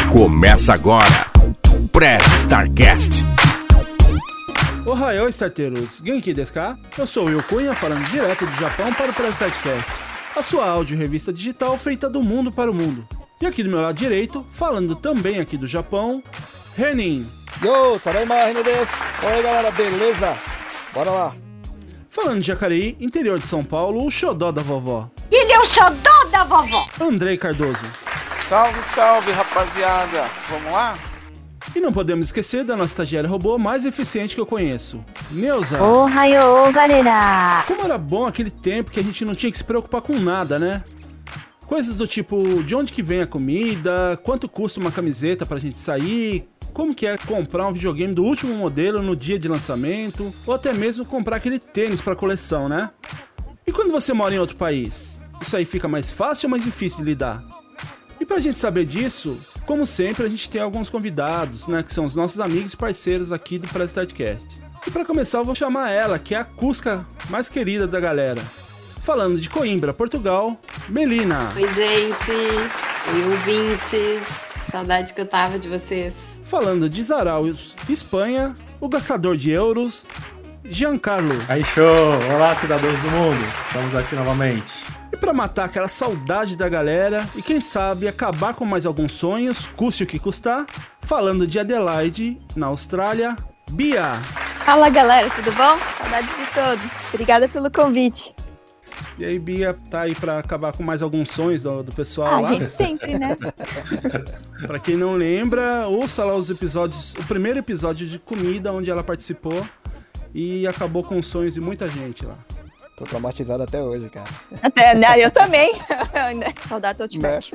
Começa agora, Press Starcast. Ohayou, starteiros! Genki desu ka? Eu sou o Will Cunha, falando direto do Japão para o Press Starcast, a sua áudio revista digital feita do mundo para o mundo. E aqui do meu lado direito, falando também aqui do Japão, Renin. Yo, tadaima, Renin desu. Oi, galera, beleza? Bora lá. Falando de Jacareí, interior de São Paulo, o xodó da vovó. Ele é o xodó da vovó. Andrei Cardoso. Salve, salve, rapaziada. Vamos lá? E não podemos esquecer da nossa estagiária robô mais eficiente que eu conheço, Neuza. Ohayou, galera. Como era bom aquele tempo que a gente não tinha que se preocupar com nada, né? Coisas do tipo, de onde que vem a comida, quanto custa uma camiseta pra gente sair, como que é comprar um videogame do último modelo no dia de lançamento, ou até mesmo comprar aquele tênis pra coleção, né? E quando você mora em outro país? Isso aí fica mais fácil ou mais difícil de lidar? E pra gente saber disso, como sempre, a gente tem alguns convidados, né, que são os nossos amigos e parceiros aqui do Press Startcast. E pra começar, eu vou chamar ela, que é a Cusca mais querida da galera. Falando de Coimbra, Portugal, Melina. Oi, gente. Oi, ouvintes. Saudade que eu tava de vocês. Falando de Zaraus, Espanha, o gastador de euros, Giancarlo. Aí, show! Olá, cidadãos do mundo. Estamos aqui novamente. E pra matar aquela saudade da galera e quem sabe acabar com mais alguns sonhos, custe o que custar, falando de Adelaide, na Austrália, Bia. Fala, galera, tudo bom? Saudades de todos. Obrigada pelo convite. E aí, Bia, tá aí pra acabar com mais alguns sonhos do pessoal lá? A gente sempre, né? Pra quem não lembra, ouça lá os episódios, o primeiro episódio de comida, onde ela participou e acabou com os sonhos de muita gente lá. Tô traumatizado até hoje, cara. Até, eu também. Saudades Outback.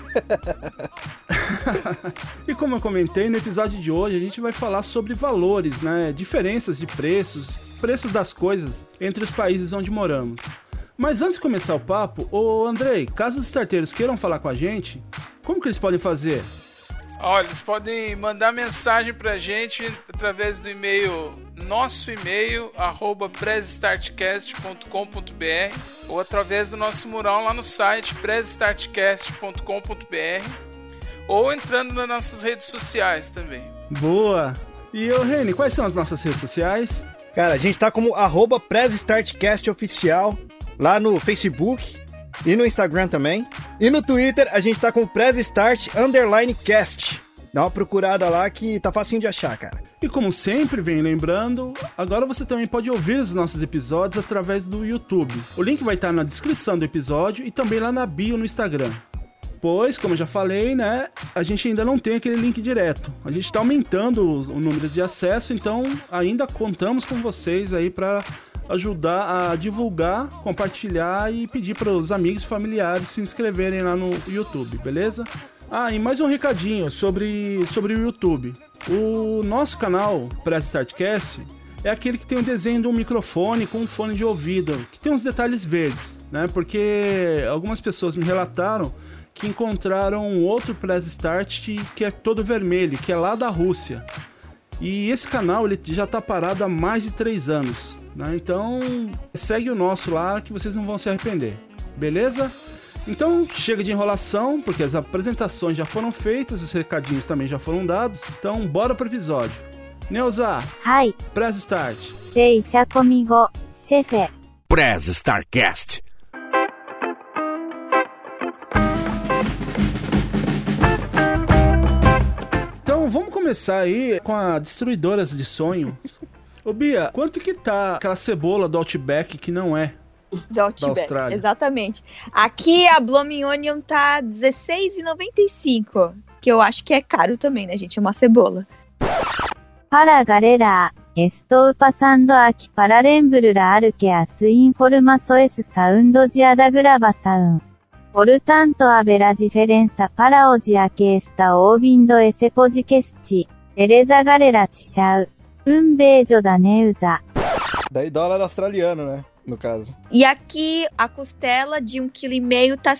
E como eu comentei, no episódio de hoje a gente vai falar sobre valores, né? Diferenças de preços das coisas entre os países onde moramos. Mas antes de começar o papo, ô Andrei, caso os starteiros queiram falar com a gente, como que eles podem fazer? Olha, eles podem mandar mensagem pra gente através do nosso e-mail @pressstartcast.com.br ou através do nosso mural lá no site pressstartcast.com.br ou entrando nas nossas redes sociais também. Boa! E ô Reni, quais são as nossas redes sociais? Cara, a gente tá como @pressstartcastoficial lá no Facebook e no Instagram também. E no Twitter a gente tá com PressStart_Cast. Dá uma procurada lá que tá facinho de achar, cara. E como sempre, vem lembrando, agora você também pode ouvir os nossos episódios através do YouTube. O link vai estar na descrição do episódio e também lá na bio no Instagram. Pois, como eu já falei, né, a gente ainda não tem aquele link direto. A gente tá aumentando o número de acesso, então ainda contamos com vocês aí para ajudar a divulgar, compartilhar e pedir para os amigos e familiares se inscreverem lá no YouTube, beleza? Ah, e mais um recadinho sobre o YouTube. O nosso canal Press Startcast é aquele que tem o desenho de um microfone com um fone de ouvido, que tem uns detalhes verdes, né? Porque algumas pessoas me relataram que encontraram um outro Press Start que é todo vermelho, que é lá da Rússia. E esse canal ele já tá parado há mais de 3 anos. Né? Então, segue o nosso lá que vocês não vão se arrepender, beleza? Então, chega de enrolação, porque as apresentações já foram feitas, os recadinhos também já foram dados. Então, bora pro episódio. Neuza, Hi. Press Start. Deixa comigo, chefe. Press Starcast. Então, vamos começar aí com a Destruidoras de Sonho. Ô Bia, quanto que tá aquela cebola do Outback que não é Do Outback, da Austrália? Exatamente. Aqui a Blooming Onion tá R$16,95, que eu acho que é caro também, né, gente? É uma cebola. Para galera, estou passando aqui para lembrar que as informações saúde da gravação. Portanto, haverá diferença para o dia que está ouvindo esse podcast. Beleza, galera? Tchau. Beijo da Neuza. Daí dólar australiano, né? No caso. E aqui a costela de 1,5 kg tá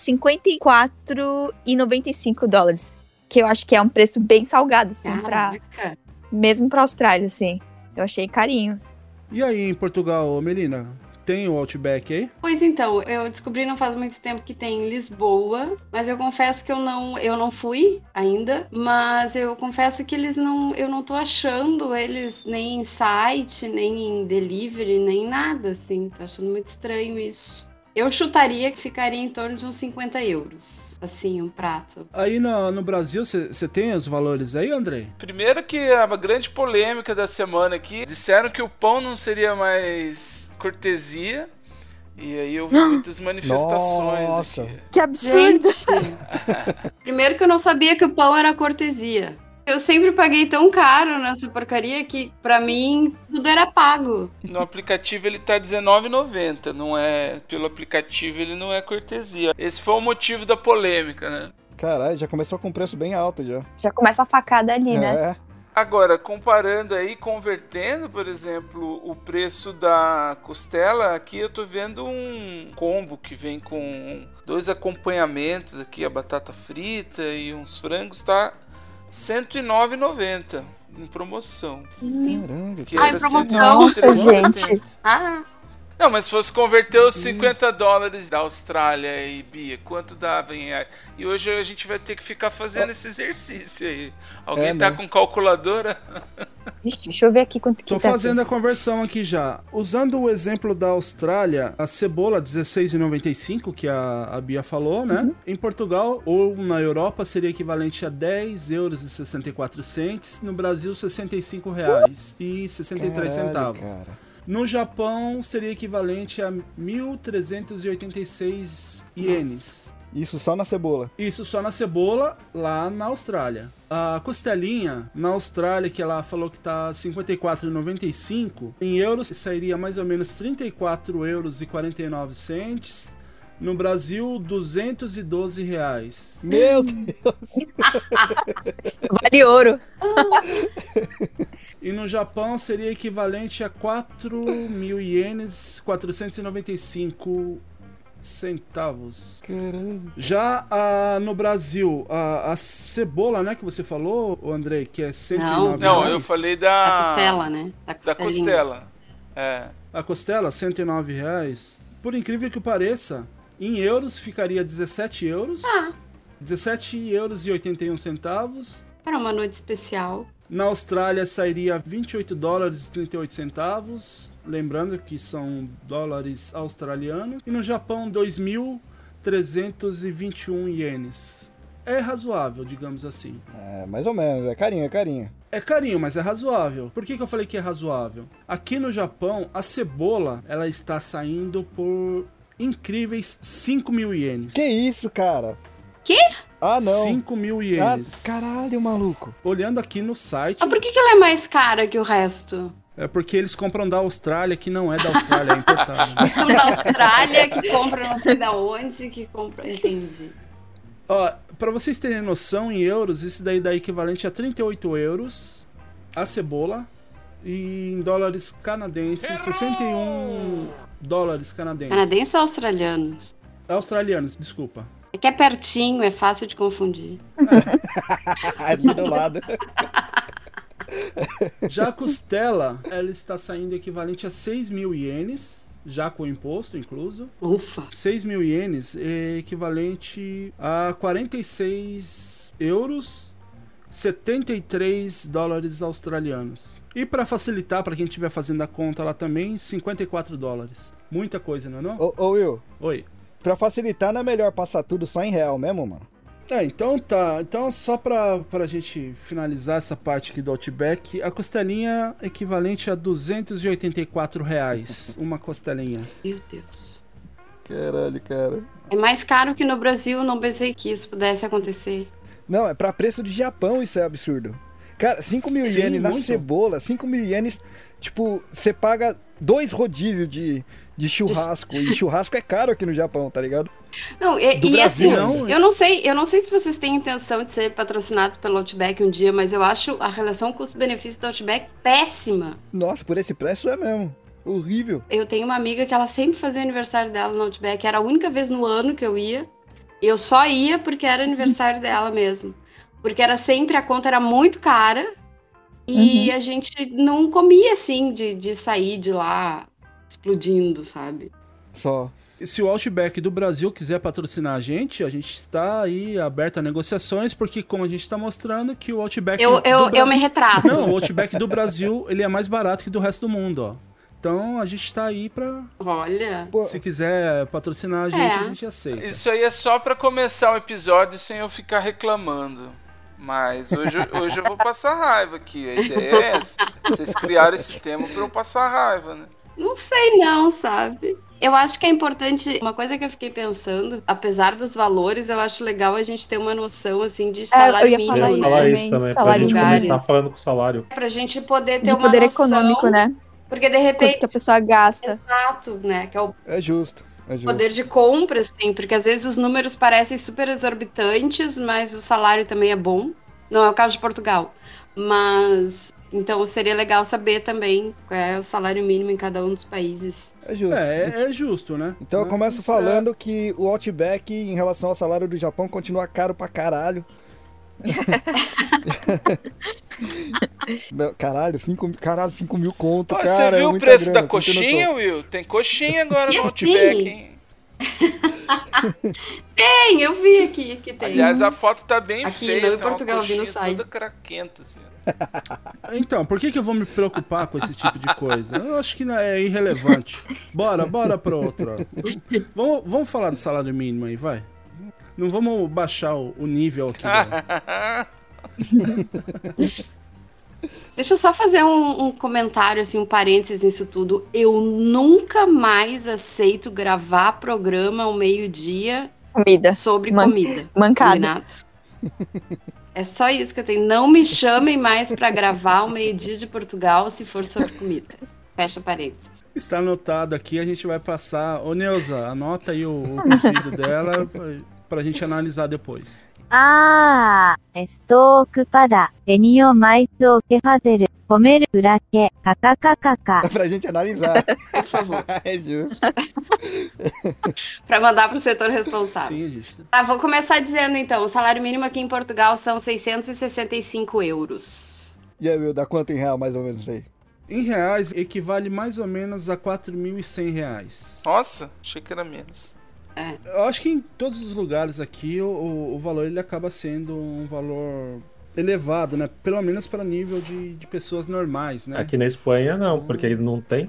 $54,95. Que eu acho que é um preço bem salgado, assim, mesmo pra Austrália, assim. Eu achei carinho. E aí em Portugal, Melina, tem o Outback aí? Pois então, eu descobri não faz muito tempo que tem em Lisboa, mas eu confesso que eu não fui ainda, mas eu confesso que eu não tô achando eles nem em site, nem em delivery, nem nada, assim. Tô achando muito estranho isso. Eu chutaria que ficaria em torno de uns 50 euros, assim, um prato. Aí no Brasil, você tem os valores aí, Andrei? Primeiro que a grande polêmica da semana aqui, disseram que o pão não seria mais cortesia, e aí eu vi muitas manifestações. Nossa. Aqui. Que absurdo! Gente, primeiro que eu não sabia que o pão era cortesia. Eu sempre paguei tão caro nessa porcaria que, pra mim, tudo era pago. No aplicativo ele tá R$19,90, não é... Pelo aplicativo ele não é cortesia. Esse foi o motivo da polêmica, né? Caralho, já começou com preço bem alto já. Já começa a facada ali, né? É. Agora, comparando aí, convertendo, por exemplo, o preço da costela, aqui eu tô vendo um combo que vem com 2 acompanhamentos aqui, a batata frita e uns frangos, tá R$109,90 em promoção. Caramba. Que Ah, era em promoção? Nossa, 103,70. gente. Ah, Não, mas se fosse converter os $50 da Austrália e Bia, quanto dava em reais? E hoje a gente vai ter que ficar fazendo esse exercício aí. Alguém tá né? com calculadora? Ixi, deixa eu ver aqui quanto que Tô tá fazendo aqui. a conversão aqui já. Usando o exemplo da Austrália, a cebola R$16,95, que a Bia falou, né? Em Portugal ou na Europa seria equivalente a €10,64. No Brasil, R$65,63. Caralho, cara. No Japão, seria equivalente a 1.386 ienes. Isso só na cebola. Isso só na cebola, lá na Austrália. A costelinha, na Austrália, que ela falou que tá 54,95, em euros sairia mais ou menos 34,49 €. No Brasil, R$212. Meu Deus. Vale ouro. E no Japão seria equivalente a 4.000 ienes, 495 centavos. Caramba. Já no Brasil, a cebola, né, que você falou, Andrei, que é R$109. Não, eu falei da costela, né? da costelinha. costela. É. A costela, R$109. Por incrível que pareça, em euros ficaria €17. €17,81. Para uma noite especial. Na Austrália sairia $28,38. Lembrando que são dólares australianos. E no Japão, 2.321 ienes. É razoável, digamos assim. É, mais ou menos. É carinho, é carinho. É carinho, mas é razoável. Por que eu falei que é razoável? Aqui no Japão, a cebola, ela está saindo por incríveis 5.000 ienes. Que isso, cara? Quê? Ah, não. 5.000 Ah, ienes. caralho, maluco. Olhando aqui no site, Mas por que ela é mais cara que o resto? é porque eles compram da Austrália, que não é da Austrália, é importado. São da Austrália, que compram não sei da onde, que compram... Entendi. Ó, pra vocês terem noção, em euros, isso daí dá equivalente a 38 euros a cebola. E em dólares canadenses, 61 dólares canadenses. Canadense ou australiano? Australianos, desculpa. É que é pertinho, é fácil de confundir. Ali do lado. Já a costela, ela está saindo equivalente a 6.000 ienes, já com o imposto incluso. Ufa. 6.000 ienes é equivalente a 46 euros, 73 dólares australianos. E para facilitar, para quem estiver fazendo a conta lá também, 54 dólares. Muita coisa, não é não? Ô, Will, Oi. pra facilitar, não é melhor passar tudo só em real mesmo, mano? Então tá. Então só pra gente finalizar essa parte aqui do Outback, a costelinha é equivalente a R$284. Uma costelinha. Meu Deus. Caralho, cara. É mais caro que no Brasil, não pensei que isso pudesse acontecer. Não, é pra preço de Japão, isso é absurdo. Cara, 5.000 Sim, ienes na muito. cebola, 5.000 ienes, tipo, você paga 2 rodízios de churrasco. E churrasco é caro aqui no Japão, tá ligado? Não, e Brasil, assim, não? eu não sei se vocês têm intenção de ser patrocinados pelo Outback um dia, mas eu acho a relação custo-benefício do Outback péssima. Nossa, por esse preço é mesmo. Horrível. Eu tenho uma amiga que ela sempre fazia o aniversário dela no Outback, era a única vez no ano que eu ia. E eu só ia porque era aniversário dela mesmo. Porque era sempre, a conta era muito cara e a gente não comia assim de sair de lá. explodindo, sabe? Só. E se o Outback do Brasil quiser patrocinar a gente está aí aberto a negociações, porque como a gente está mostrando que o Outback Eu me retrato. Não, o Outback do Brasil, ele é mais barato que do resto do mundo, ó. Então a gente tá aí pra... Olha. Se quiser patrocinar a gente aceita. Isso aí é só pra começar o episódio sem eu ficar reclamando. Mas hoje eu vou passar raiva aqui. A ideia é essa. Vocês criaram esse tema pra eu passar raiva, né? Não sei não, sabe? Eu acho que é importante, uma coisa que eu fiquei pensando, apesar dos valores, eu acho legal a gente ter uma noção, assim, de salário mínimo. Eu ia falar isso também, pra gente começar falando com o salário. Pra gente poder ter de uma poder noção, econômico, né? Porque de repente... Quanto que a pessoa gasta. Exato, né? Que é justo. Poder de compra, assim, porque às vezes os números parecem super exorbitantes, mas o salário também é bom. Não é o caso de Portugal. Mas... Então seria legal saber também qual é o salário mínimo em cada um dos países. É justo. É justo, né? Então eu começo falando que o Outback, em relação ao salário do Japão, continua caro pra caralho. Não, caralho, 5 mil conto, cara. Você viu o preço da coxinha, Will? Tem coxinha agora no Outback, hein? Tem, eu vi aqui que tem. Aliás, a foto tá bem aqui, feia. Não, em Portugal, vi no site. Toda craquenta, assim. Então, por que eu vou me preocupar com esse tipo de coisa? Eu acho que é irrelevante. Bora pra outra. Vamos falar do salário mínimo aí, vai. Não vamos baixar o nível aqui. Deixa eu só fazer um comentário, assim, um parênteses nisso tudo. Eu nunca mais aceito gravar programa ao meio-dia sobre comida. Mancada. Combinado? É só isso que eu tenho. Não me chamem mais pra gravar ao meio-dia de Portugal se for sobre comida. Fecha parênteses. Está anotado aqui, a gente vai passar... Ô, Neuza, anota aí o pedido dela pra gente analisar depois. Estou ocupada. Tenho mais o que fazer. Comer buraque. Kkkkk. Pra gente analisar. Por favor. É justo. Pra mandar pro setor responsável. Sim, gente. Tá, vou começar dizendo então. O salário mínimo aqui em Portugal são 665 euros. E aí, Will, dá quanto em real mais ou menos aí? Em reais, equivale mais ou menos a R$4.100. Nossa, achei que era menos. Eu acho que em todos os lugares aqui o valor ele acaba sendo um valor elevado, né? Pelo menos para nível de pessoas normais, né? Aqui na Espanha não, porque ele não tem.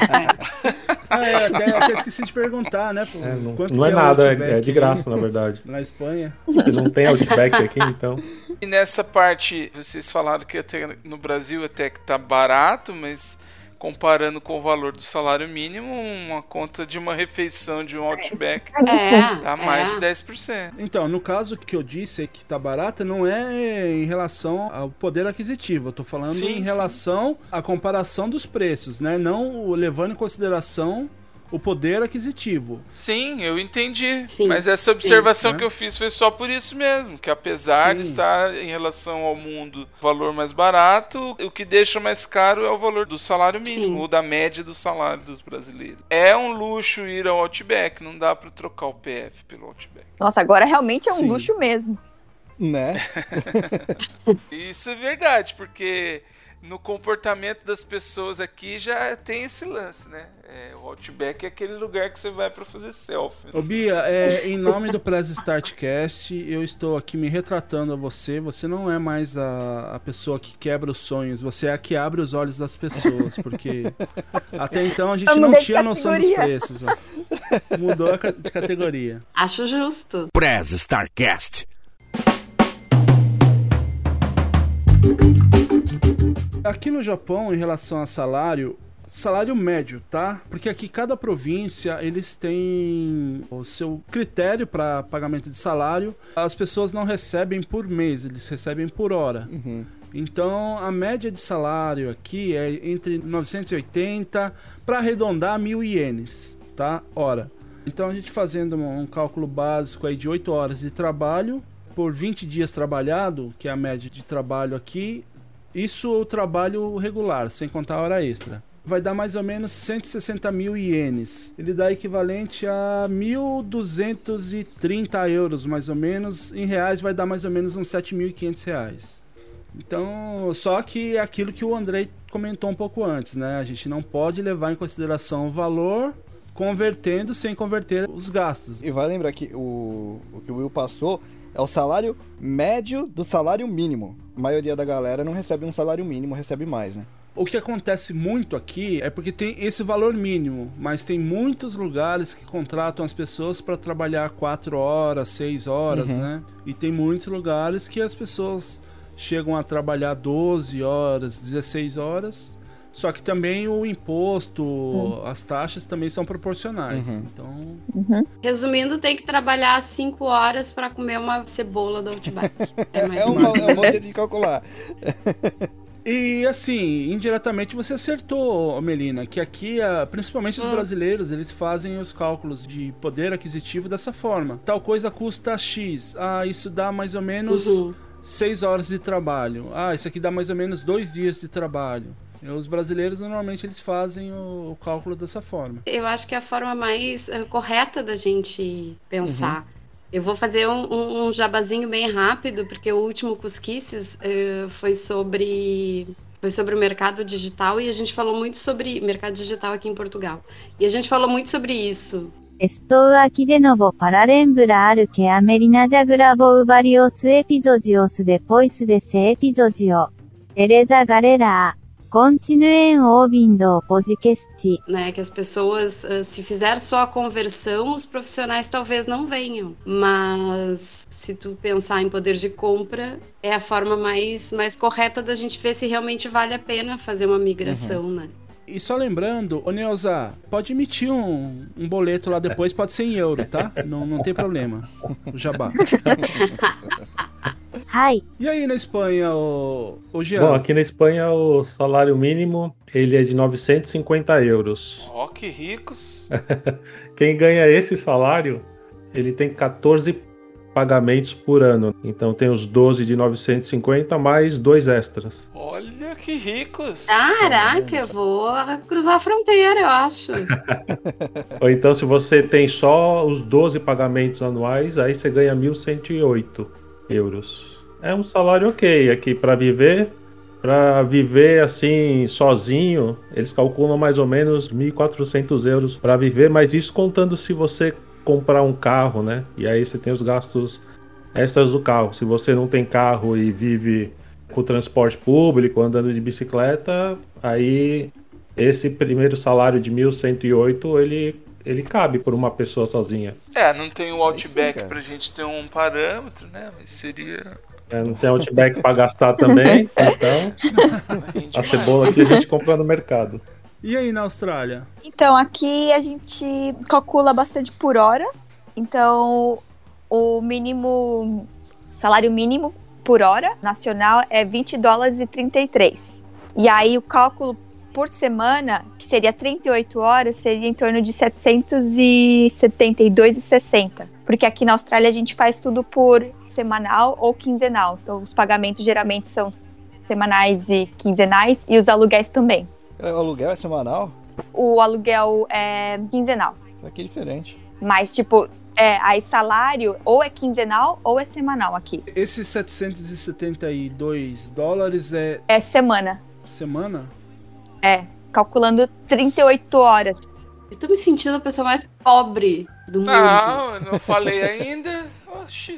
Até esqueci de perguntar, né? Não é nada, é de graça, na verdade. Na Espanha. Eles não tem Outback aqui, então. E nessa parte, vocês falaram que até no Brasil até que tá barato, mas comparando com o valor do salário mínimo, uma conta de uma refeição de um Outback tá mais de 10%. Então, no caso que eu disse que tá barato, não é em relação ao poder aquisitivo. Eu tô falando em relação à comparação dos preços, né? Não levando em consideração o poder aquisitivo. Sim, eu entendi. Mas essa observação que eu fiz foi só por isso mesmo, que apesar de estar em relação ao mundo valor mais barato, o que deixa mais caro é o valor do salário mínimo, ou da média do salário dos brasileiros. É um luxo ir ao Outback, não dá pra trocar o PF pelo Outback. Nossa, agora realmente é um luxo mesmo. Né? Isso é verdade, porque no comportamento das pessoas aqui já tem esse lance, né? O Outback é aquele lugar que você vai pra fazer selfie. Ô Bia, em nome do Press Startcast, eu estou aqui me retratando a você. Você não é mais a pessoa que quebra os sonhos, você é a que abre os olhos das pessoas, porque até então a gente não tinha noção dos preços. Ó. Mudou de categoria. Acho justo. Press Starcast. Aqui no Japão, em relação a salário médio, tá? Porque aqui cada província, eles têm o seu critério para pagamento de salário. As pessoas não recebem por mês, eles recebem por hora. Então, a média de salário aqui é entre 980 para arredondar 1.000 ienes, tá? Hora. Então, a gente fazendo um cálculo básico aí de 8 horas de trabalho por 20 dias trabalhado, que é a média de trabalho aqui, isso é o trabalho regular, sem contar a hora extra. Vai dar mais ou menos 160.000 ienes. Ele dá equivalente a 1.230 euros, mais ou menos. Em reais vai dar mais ou menos uns 7.500 reais. Então, só que é aquilo que o Andrei comentou um pouco antes, né? A gente não pode levar em consideração o valor convertendo sem converter os gastos. E vai lembrar que o que o Will passou é o salário médio do salário mínimo. A maioria da galera não recebe um salário mínimo, recebe mais, né? O que acontece muito aqui é porque tem esse valor mínimo, mas tem muitos lugares que contratam as pessoas para trabalhar 4 horas, 6 horas, né? E tem muitos lugares que as pessoas chegam a trabalhar 12 horas, 16 horas, só que também o imposto, as taxas também são proporcionais. Então, Resumindo, tem que trabalhar 5 horas para comer uma cebola do Outback. É mais ou um menos. modo de calcular. e assim, indiretamente você acertou, Melina, que aqui, principalmente os brasileiros, eles fazem os cálculos de poder aquisitivo dessa forma. Tal coisa custa X. Isso dá mais ou menos 6 horas de trabalho. Isso aqui dá mais ou menos 2 dias de trabalho. Os brasileiros, normalmente, eles fazem o cálculo dessa forma. Eu acho que é a forma mais correta da gente pensar. Eu vou fazer um jabazinho bem rápido, porque o último Cusquices foi sobre o mercado digital, e a gente falou muito sobre mercado digital aqui em Portugal. E a gente falou muito sobre isso. エストウアキデノボパラレンブラアルケアメリナジャグラボウバリオスエピゾジオスデポイスデセエピゾジオ。エレザガレラー。Continuem ouvindo o podcast. Né, que as pessoas, se fizer só a conversão, os profissionais talvez não venham. Mas se tu pensar em poder de compra, é a forma mais correta da gente ver se realmente vale a pena fazer uma migração, né? E só lembrando, Neuza, pode emitir um boleto lá depois, pode ser em euro, tá? Não tem problema. O jabá. Hi. E aí na Espanha, o Jean? Bom, aqui na Espanha o salário mínimo ele é de 950 euros. Que ricos! Quem ganha esse salário, ele tem 14 pagamentos por ano. Então tem os 12 de 950 mais 2 extras. Olha que ricos! Caraca, eu vou cruzar a fronteira, eu acho. Ou então se você tem só os 12 pagamentos anuais, aí você ganha 1.108 euros. É um salário ok aqui para viver. Para viver assim sozinho, eles calculam mais ou menos 1.400 euros para viver, mas isso contando se você comprar um carro, né? E aí você tem os gastos extras do carro. Se você não tem carro e vive com transporte público, andando de bicicleta, aí esse primeiro salário de 1.108 ele cabe por uma pessoa sozinha. Não tem o Outback pra gente ter um parâmetro, né? Mas seria... Não tem Outback pra gastar também, então a cebola aqui a gente compra no mercado. E aí na Austrália? Então, aqui a gente calcula bastante por hora. Então, o salário mínimo por hora nacional é $20,33. E aí o cálculo por semana, que seria 38 horas, seria em torno de 772,60. Porque aqui na Austrália a gente faz tudo por semanal ou quinzenal. Então os pagamentos geralmente são semanais e quinzenais, e os aluguéis também. O aluguel é semanal? O aluguel é quinzenal. Isso aqui é diferente. Mas tipo, aí salário ou é quinzenal ou é semanal aqui. Esses $772 é semana. Semana? Calculando 38 horas. Eu tô me sentindo a pessoa mais pobre do mundo. Não, eu não falei ainda. Oxi.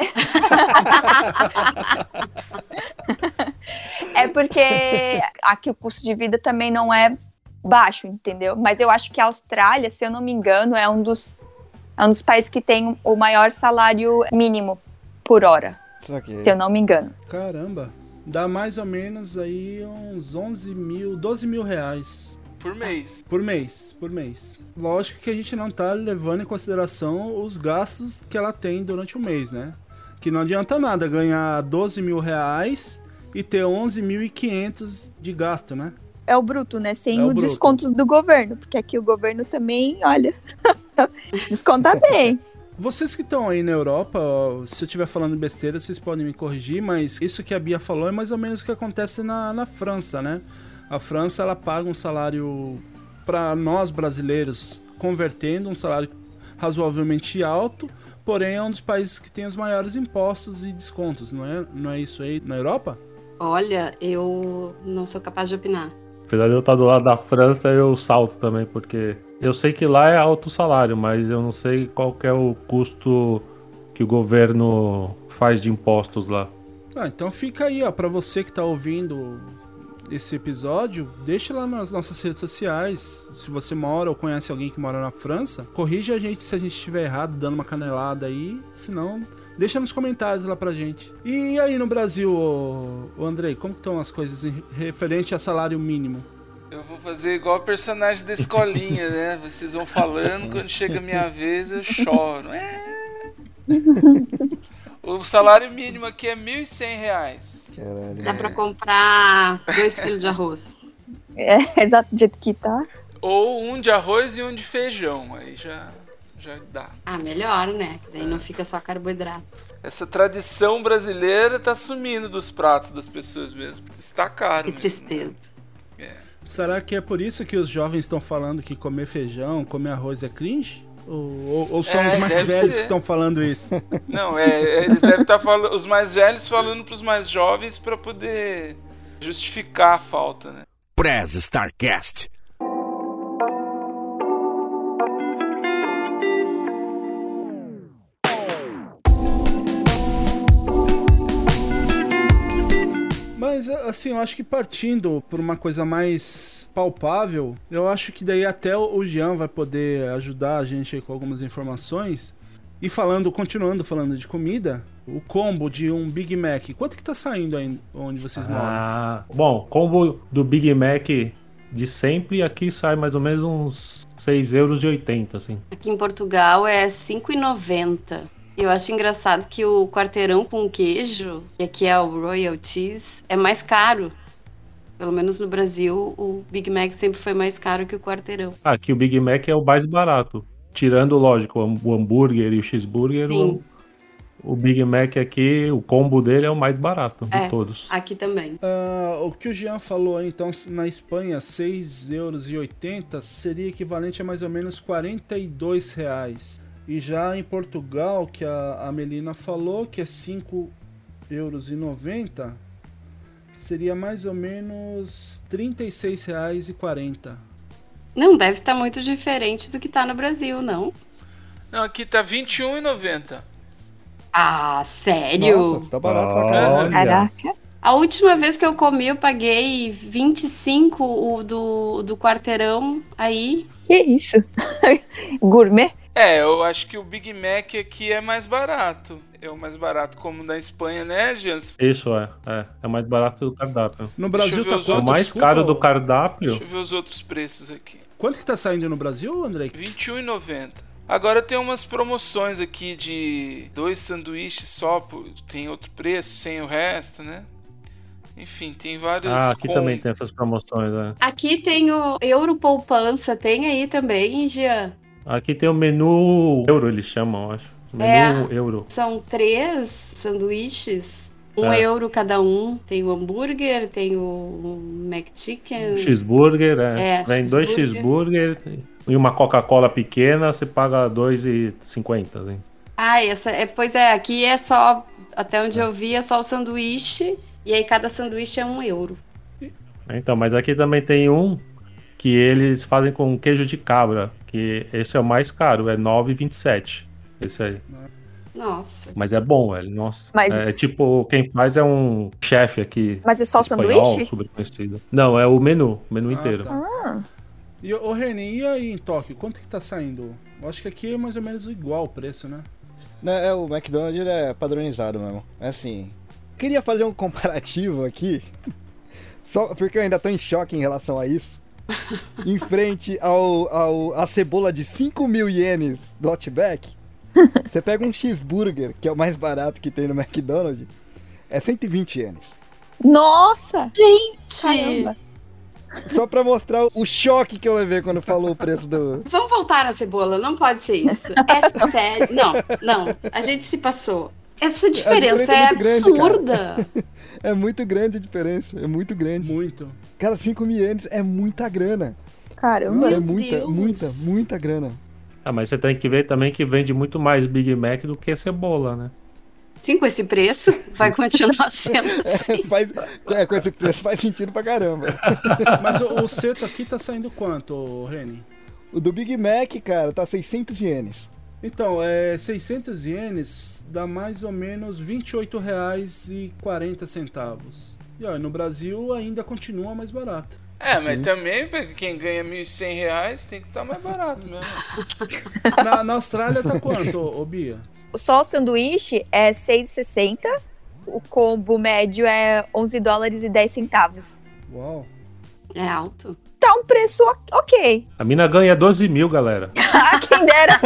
É porque aqui o custo de vida também não é baixo, entendeu? Mas eu acho que a Austrália, se eu não me engano, é um dos países que tem o maior salário mínimo por hora. Se eu não me engano. Caramba. Dá mais ou menos aí uns 12 mil reais. Por mês. Por mês. Lógico que a gente não tá levando em consideração os gastos que ela tem durante o mês, né? Que não adianta nada ganhar 12 mil reais e ter 11.500 de gasto, né? É o bruto, né? Sem o desconto do governo. Porque aqui o governo também, olha, desconta bem. Vocês que estão aí na Europa, se eu estiver falando besteira, vocês podem me corrigir, mas isso que a Bia falou é mais ou menos o que acontece na França, né? A França, ela paga um salário para nós brasileiros, convertendo um salário razoavelmente alto, porém é um dos países que tem os maiores impostos e descontos, não é isso aí na Europa? Olha, eu não sou capaz de opinar. Apesar de eu estar do lado da França, eu salto também, porque eu sei que lá é alto salário, mas eu não sei qual que é o custo que o governo faz de impostos lá. Então fica aí, ó, pra você que tá ouvindo esse episódio, deixa lá nas nossas redes sociais. Se você mora ou conhece alguém que mora na França, corrija a gente se a gente estiver errado, dando uma canelada aí. Se não, deixa nos comentários lá pra gente. E aí no Brasil, ô Andrei, como que estão as coisas referente a salário mínimo? Eu vou fazer igual o personagem da escolinha, né? Vocês vão falando, quando chega a minha vez eu choro. O salário mínimo aqui é R$1.100. Caralho. Dá pra comprar 2 quilos de arroz. Exato, do jeito que tá. Ou um de arroz e um de feijão. Aí já dá. Melhor, né? Que daí não fica só carboidrato. Essa tradição brasileira tá sumindo dos pratos das pessoas mesmo. Está caro. Que mesmo, tristeza. né? Será que é por isso que os jovens estão falando que comer feijão, comer arroz é cringe? Ou são os mais velhos que estão falando isso? Não, eles devem estar falando, os mais velhos falando pros mais jovens para poder justificar a falta, né? Prez Starcast. Mas, assim, eu acho que partindo por uma coisa mais palpável, eu acho que daí até o Jean vai poder ajudar a gente aí com algumas informações. E continuando falando de comida, o combo de um Big Mac, quanto que tá saindo aí onde vocês moram? Bom, combo do Big Mac de sempre, aqui sai mais ou menos uns €6,80, assim. Aqui em Portugal é R$5,90. Eu acho engraçado que o quarteirão com queijo, que aqui é o Royal Cheese, é mais caro. Pelo menos no Brasil, o Big Mac sempre foi mais caro que o quarteirão. Aqui o Big Mac é o mais barato. Tirando, lógico, o hambúrguer e o cheeseburger, o Big Mac aqui, o combo dele é o mais barato de todos. Aqui também. O que o Jean falou aí, então, na Espanha, €6,80 seria equivalente a mais ou menos R$42. E já em Portugal, que a Melina falou, que é €5,90, seria mais ou menos R$36,40. Não deve estar muito diferente do que tá no Brasil, não? Não, aqui tá R$21,90. Ah, sério? Nossa, tá barato pra caralho. Caraca. A última vez que eu comi, eu paguei 25 o do quarteirão aí. Que isso? Gourmet? Eu acho que o Big Mac aqui é mais barato. É o mais barato como na Espanha, né, Jans? Isso, é mais barato do cardápio. No Brasil tá os quanto? O mais caro do cardápio... Deixa eu ver os outros preços aqui. Quanto que tá saindo no Brasil, André? R$21,90. Agora tem umas promoções aqui de 2 sanduíches só, tem outro preço, sem o resto, né? Enfim, tem vários... aqui também tem essas promoções, Aqui tem o Euro Poupança, tem aí também, Jean? Aqui tem o menu euro, eles chamam, acho. Menu euro. São 3 sanduíches, €1 cada um. Tem o hambúrguer, tem o McChicken. Cheeseburger, vem cheeseburger. 2 cheeseburger e uma Coca-Cola pequena, você paga R$2,50. Hein? Pois é, aqui é só, até onde eu vi, é só o sanduíche, e aí cada sanduíche é €1. Então, mas aqui também tem um que eles fazem com queijo de cabra, que esse é o mais caro, é R$9,27. Esse aí. Nossa. Mas é bom, velho. Nossa. Mas tipo, quem faz é um chefe aqui. Mas é só o espanhol, sanduíche? super conhecido. Não, é o menu inteiro. Tá. E o René, e aí em Tóquio, quanto que tá saindo? Eu acho que aqui é mais ou menos igual o preço, né? O McDonald's ele é padronizado mesmo. Assim, queria fazer um comparativo aqui, só porque eu ainda tô em choque em relação a isso. Em frente a cebola de 5.000 ienes do Outback, você pega um cheeseburger, que é o mais barato que tem no McDonald's, é 120 ienes. Nossa! Gente! Caramba! Só pra mostrar o choque que eu levei quando falou o preço do... Vamos voltar na cebola, não pode ser isso. É sério. Não, a gente se passou. Essa diferença é absurda. Grande, é muito grande a diferença, é muito grande. Muito. Cara, 5.000 ienes é muita grana. Caramba! É muita grana. Mas você tem que ver também que vende muito mais Big Mac do que cebola, né? Sim, com esse preço, vai continuar sendo assim. Com esse preço faz sentido pra caramba. Mas o seto aqui tá saindo quanto, Reni? O do Big Mac, cara, tá 600 ienes. Então, 600 ienes dá mais ou menos R$28,40. E ó, no Brasil ainda continua mais barato. Mas também quem ganha R$1.100 tem que estar mais barato mesmo. Na Austrália tá quanto, ô Bia? Só o sanduíche é $6,60. O combo médio é $11,10. Uau. É alto. Tá um preço ok. A mina ganha 12 mil, galera. Quem dera.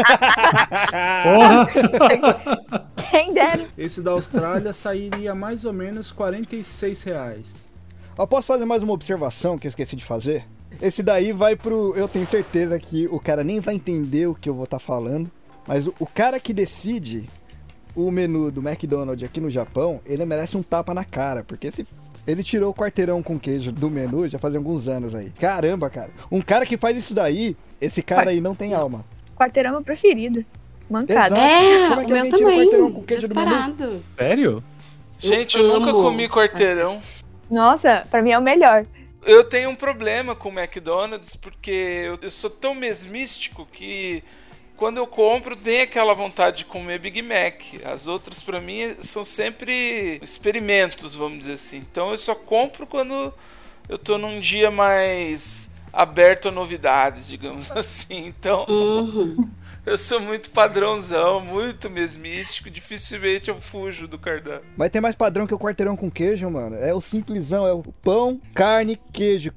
Porra! Quem dera. Esse da Austrália sairia mais ou menos R$46. Eu posso fazer mais uma observação que eu esqueci de fazer? Esse daí vai pro... Eu tenho certeza que o cara nem vai entender o que eu vou estar falando. Mas o cara que decide o menu do McDonald's aqui no Japão, ele merece um tapa na cara. Porque ele tirou o quarteirão com queijo do menu já faz alguns anos aí. Caramba, cara. Um cara que faz isso daí, esse cara aí não tem alma. Quarteirão é meu preferido. Mancada. Como O que meu alguém tira o quarteirão com também. queijo do menu? Disparado. Sério? Gente, eu nunca amo. comi quarteirão. Nossa, pra mim é o melhor. Eu tenho um problema com o McDonald's porque eu sou tão mesmístico que quando eu compro tem aquela vontade de comer Big Mac. As outras pra mim são sempre experimentos, vamos dizer assim. Então eu só compro quando eu tô num dia mais aberto a novidades, digamos assim. Então eu sou muito padrãozão, muito mesmístico. Dificilmente eu fujo do cardápio. Vai ter mais padrão que o quarteirão com queijo, mano. É o simplesão, é o pão, carne, queijo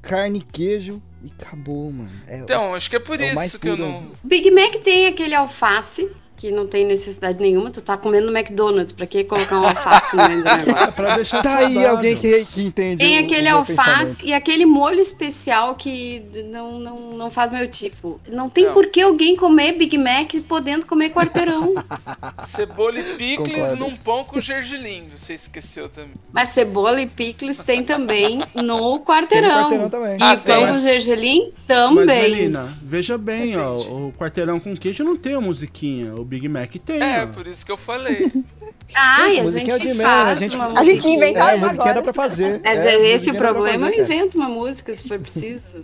e acabou, mano. Então, acho que é por isso que eu não... Big Mac tem aquele alface, que não tem necessidade nenhuma. Tu tá comendo no McDonald's, pra que colocar um alface no meio do negócio? Pra deixar Tá aí saudável. alguém que entende. Tem aquele meu alface pensamento. e aquele molho especial que não faz meu tipo. Não tem Não. por que alguém comer Big Mac podendo comer quarteirão. Cebola e picles Concordo. num pão com gergelim. Você esqueceu também. Mas cebola e picles tem também no Tem no quarteirão. quarteirão também. E Ah, pão tem. com gergelim Mas, também. Melina, veja bem, ó, Entendi. o quarteirão com queijo não tem a musiquinha, o Big Mac tem, ó. Por isso que eu falei. Ai, a musiquinha gente de menos, faz a gente- uma A gente musiquinha. inventa É, a uma musiquinha dá agora. pra fazer. Mas É, esse o musiquinha dá pra problema, fazer, eu cara. invento uma música se for preciso.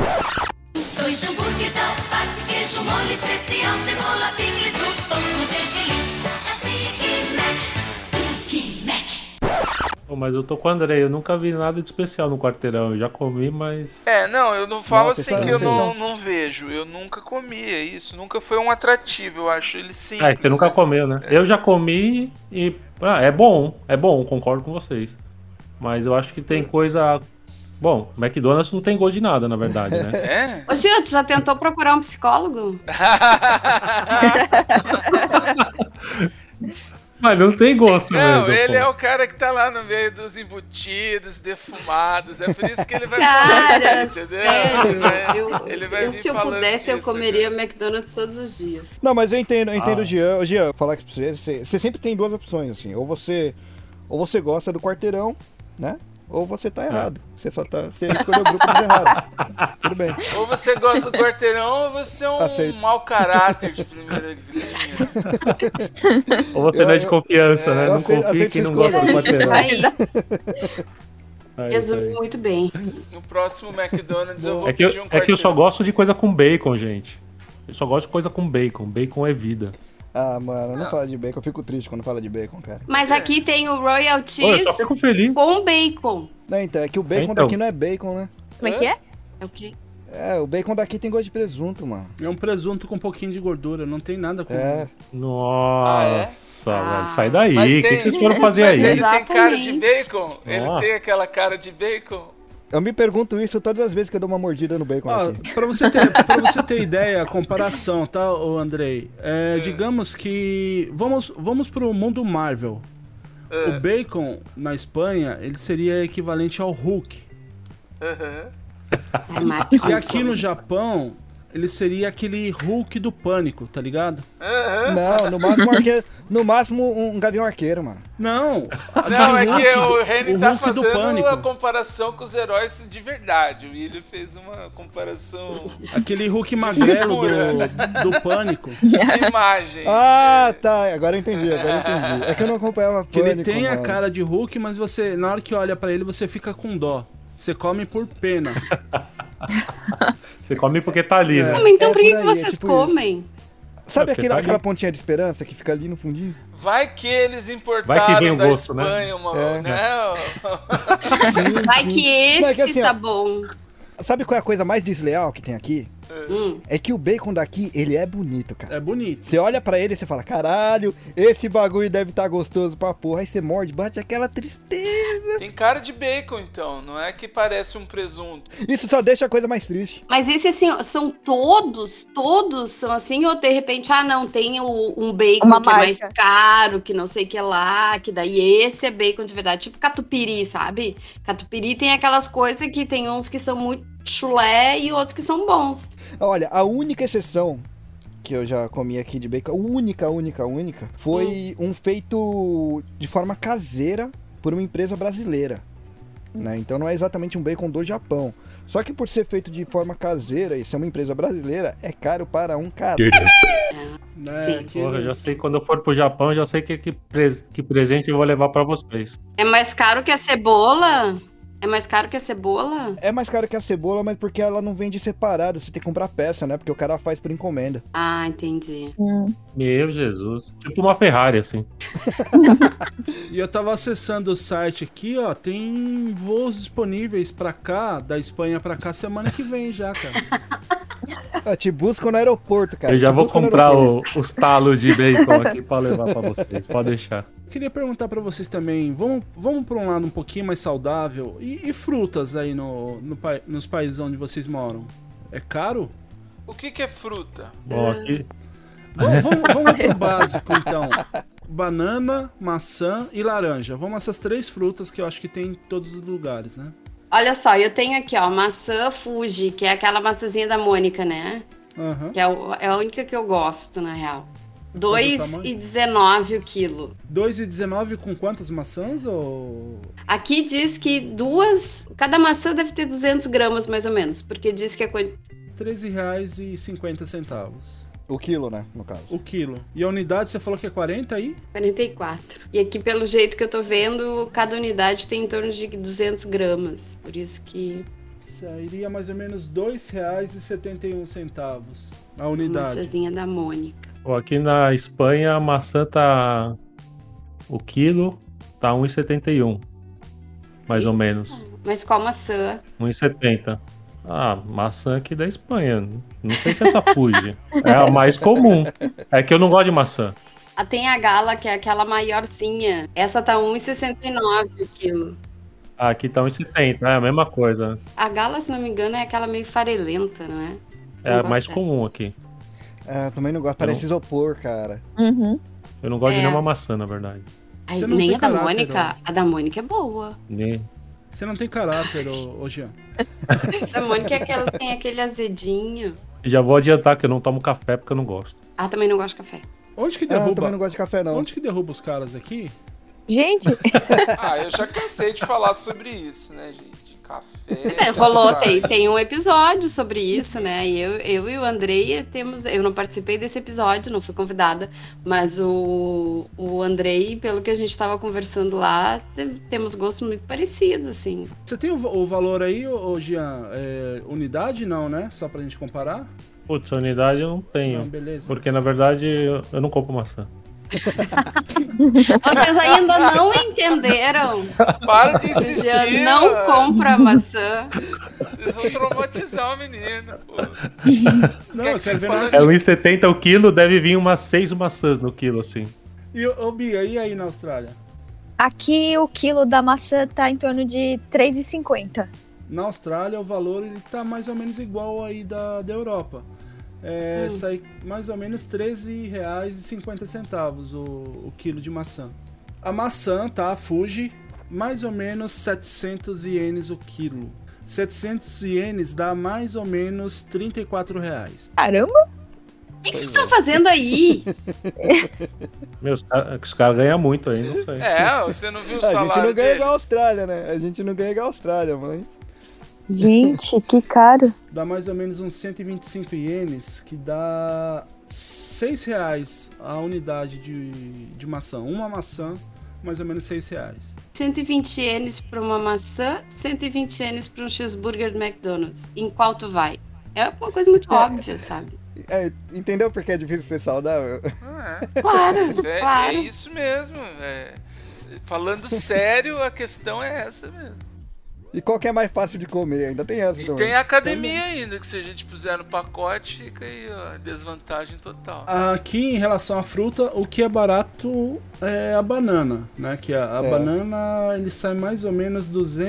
2 hambúrgueres, alface, queijo, molho especial, cebola, picles, no pão com gergelim. É Big Mac. Big Mac. Pô, mas eu tô com o André, eu nunca vi nada de especial no quarteirão. Eu já comi, mas. Não, eu não falo Nossa, assim vocês que eu estão- não vejo. Eu nunca comi, é isso. Nunca foi um atrativo, eu acho ele simples. Ah, você nunca comeu, né? Eu já comi e. É bom, concordo com vocês. Mas eu acho que tem coisa. Bom, McDonald's não tem gosto de nada, na verdade, né? É? Ô, Gil, tu já tentou procurar um psicólogo? Mas não tem gosto Não, mesmo. ele pô. é o cara que tá lá no meio dos embutidos, defumados. É por isso que ele vai Cara, falar, entendeu? sério. Ele vai vir Se eu falando pudesse, eu disso, comeria McDonald's todos os dias. Não, mas eu entendo o Ah. Jean. Ô, Jean, falar aqui pra você sempre tem duas opções, assim. Ou você gosta do quarteirão, né? Ou você tá errado. Você escolheu o grupo dos errados. Tudo bem. Ou você gosta do quarteirão, ou você é um Aceito. mau caráter de primeira linha. Ou você não é de confiança, né? eu Não confia aceito quem não essa gosta do escolha. quarteirão. Aí, É isso resumiu aí. muito bem. No próximo McDonald's eu vou É que eu, pedir um é que eu só quarteirão. gosto de coisa com bacon, gente. Eu só gosto de coisa com bacon. Bacon é vida. Ah, mano, não fala de bacon. Eu fico triste quando fala de bacon, cara. Mas aqui tem o Royal Pô, eu Cheese só fico feliz. com bacon. Não, então, é que o bacon Então. daqui não é bacon, né? Como é que é? É o quê? É, o bacon daqui tem gosto de presunto, mano. É um presunto com um pouquinho de gordura, não tem nada com... É. Nossa, Ah, velho. Sai daí. O Mas que tem- vocês foram fazer Mas aí? ele tem cara de Exatamente. bacon? Ele Ó. tem aquela cara de bacon? Eu me pergunto isso todas as vezes que eu dou uma mordida no bacon Ó, aqui. pra você ter ideia, a comparação, tá, ô Andrei? Digamos que... Vamos pro mundo Marvel. O bacon, na Espanha, ele seria equivalente ao Hulk. Aham. Ai, Mark, E aqui no Japão, ele seria aquele Hulk do Pânico, tá ligado? Não, no máximo um gavião arqueiro, mano. Não, Não, é Hulk, que o Reni tá Hulk do fazendo Pânico. a comparação com os heróis de verdade. O William fez uma comparação Aquele Hulk magrelo do Pânico. de imagem. Ah, tá. Agora eu entendi. É que eu não acompanhava Que Pânico, ele tem a mano. cara de Hulk, mas você, na hora que olha pra ele, você fica com dó. Você come por pena. Você come porque tá ali, né? Mas então É por que por que aí, vocês tipo comem? Sabe É porque tá ali. aquela pontinha de esperança que fica ali no fundinho? Vai que eles Vai importaram que vem o da gosto, né? Espanha, uma, É. né? Sim, Vai sim. que esse Não, é que assim, ó, tá bom. Sabe qual é a coisa mais desleal que tem aqui? É que o bacon daqui, ele é bonito, cara. É bonito. Você olha pra ele e você fala, caralho, esse bagulho deve estar gostoso pra porra. Aí você morde, bate aquela tristeza. Tem cara de bacon, então. Não é que parece um presunto. Isso só deixa a coisa mais triste. Mas esse assim, são todos são assim, ou de repente, não, tem um bacon Uma que é mais marca. caro, que não sei o que lá, que daí esse é bacon de verdade, tipo catupiry, sabe? Catupiry tem aquelas coisas que tem uns que são muito chulé e outros que são bons. Olha, a única exceção que eu já comi aqui de bacon, única, foi um feito de forma caseira por uma empresa brasileira. Né? Então não é exatamente um bacon do Japão. Só que por ser feito de forma caseira e ser uma empresa brasileira, é caro para um cara. Né? Sim. Aquele- Porra, já sei, quando eu for pro Japão, já sei que presente eu vou levar pra vocês. É mais caro que a cebola? É mais caro que a cebola? É mais caro que a cebola, mas porque ela não vende separado, você tem que comprar peça, né? Porque o cara faz por encomenda. Ah, entendi. Meu Jesus. Tipo uma Ferrari, assim. E eu tava acessando o site aqui, ó, tem voos disponíveis pra cá, da Espanha pra cá, semana que vem já, cara. Te buscam no aeroporto, cara. Eu já Te vou buscam no comprar aeroporto. os talos de bacon aqui pra levar pra vocês. Pode deixar. Queria perguntar pra vocês também, vamos pra um lado um pouquinho mais saudável, e frutas aí nos países onde vocês moram? É caro? O que é fruta? Bom, aqui. Vamos pro básico, então. Banana, maçã e laranja. Vamos essas três frutas que eu acho que tem em todos os lugares, né? Olha só, eu tenho aqui, ó, maçã Fuji, que é aquela maçãzinha da Mônica, né? Aham. Que é a única que eu gosto, na real. Qual é o tamanho? 2,19 o quilo. 2,19 com quantas maçãs? Ou... Aqui diz que cada maçã deve ter 200 gramas, mais ou menos, porque diz que é R$13,50 O quilo, né? No caso. o quilo. E a unidade você falou que é 40 aí? 44. E aqui, pelo jeito que eu tô vendo, cada unidade tem em torno de 200 gramas. Por isso que Sairia mais ou menos R$2,71 a a unidade. maçãzinha da Mônica. Pô, aqui na Espanha a maçã tá. O quilo tá 1,71. Mais ou menos. Mas qual maçã? 1,70. Ah, maçã aqui da Espanha. Não sei se essa fuge. É a mais comum. É que eu não gosto de maçã. Tem a Gala, que é aquela maiorzinha. Essa tá 1,69 o quilo. Ah, aqui tá 1,70. É a mesma coisa. A Gala, se não me engano, é aquela meio farelenta, não é? É Não a gosto mais dessa. comum aqui. Também não gosto. Parece isopor, cara. Uhum. Eu não gosto de É. nenhuma maçã, na verdade. Ai, Você não nem tem a da caráter, Mônica. A da Mônica é boa. Nem... Você não tem caráter, ô Jean. A da Mônica é aquela que tem aquele azedinho. Já vou adiantar que eu não tomo café porque eu não gosto. Ah, também não gosto de café. Onde que Eu também derruba? não gosto de café, não. Onde que derruba os caras aqui? Gente, Eu já cansei de falar sobre isso, né, gente? Café. Rolou, café. tem um episódio sobre isso, né? E eu e o Andrei temos. Eu não participei desse episódio, não fui convidada, mas o Andrei, pelo que a gente estava conversando lá, temos gostos muito parecidos, assim. Você tem o valor aí, ô Jean? Unidade não, né? Só pra gente comparar? Putz, a unidade eu não tenho. Não, beleza. Porque na verdade eu não compro maçã. Vocês ainda não entenderam? Para de O insistir. Jean não mano. compra maçã. Vocês vão traumatizar o menino, pô. Não, Quer eu que quero ver fale na... É 1,70 o quilo, deve vir umas 6 maçãs no quilo, assim. E, ô Bia, e aí na Austrália? aqui o quilo da maçã tá em torno de R$3,50. Na Austrália o valor ele tá mais ou menos igual aí da Europa. Sai mais ou menos R$13,50 o quilo de maçã. A maçã, tá? A Fuji, mais ou menos 700 ienes o quilo. 700 ienes dá mais ou menos R$34. Caramba! O que vocês estão fazendo aí? Os caras ganham muito aí, não sei. Você não viu o A salário gente não ganha deles? igual a Austrália, né? A gente não ganha igual a Austrália, mas... Gente, que caro. Dá mais ou menos uns 125 ienes, que dá R$6 a unidade de maçã. Uma maçã, mais ou menos R$6. 120 ienes pra uma maçã, 120 ienes pra um cheeseburger do McDonald's. Em qual tu vai? É uma coisa muito óbvia, sabe? Entendeu por que é difícil ser saudável? Claro, É claro. isso mesmo. Falando sério, a questão é essa mesmo. E qual que é mais fácil de comer? Ainda tem essa E também. tem a academia ainda, que se a gente puser no pacote, fica aí, ó, desvantagem total. Aqui, em relação à fruta, o que é barato é a banana, né? Que a banana, ele sai mais ou menos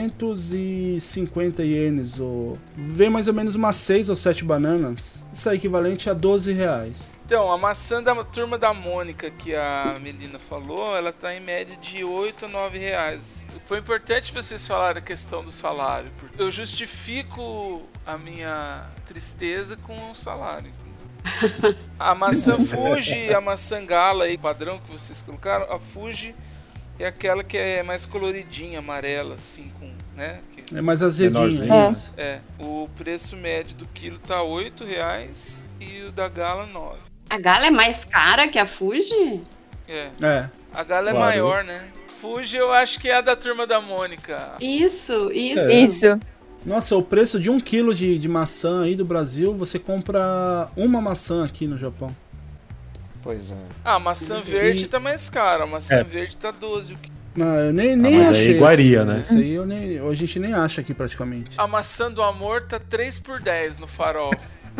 250 ienes, ou... Vem mais ou menos umas 6 ou 7 bananas. Isso é equivalente a R$12. Então, a maçã da turma da Mônica, que a Melina falou, ela tá em média de 8 a 9 reais. Foi importante vocês falarem a questão do salário, porque eu justifico a minha tristeza com o salário. A maçã Fuji e a maçã Gala aí, padrão que vocês colocaram, a Fuji é aquela que é mais coloridinha, amarela, assim, com, né? É mais azedinho. Menorzinho. O preço médio do quilo tá 8 reais e o da Gala 9. A Gala é mais cara que a Fuji? É. A Gala é Claro. maior, né? Fuji eu acho que é a da turma da Mônica. Isso. Isso. Nossa, o preço de 1 quilo de maçã aí do Brasil, você compra uma maçã aqui no Japão. Pois é. A maçã verde tá mais cara. A maçã verde tá 12 o quilo. Não, eu nem mas aí achei. iguaria, aqui, né? Isso aí a gente nem acha aqui praticamente. A maçã do amor tá 3 por 10 no farol.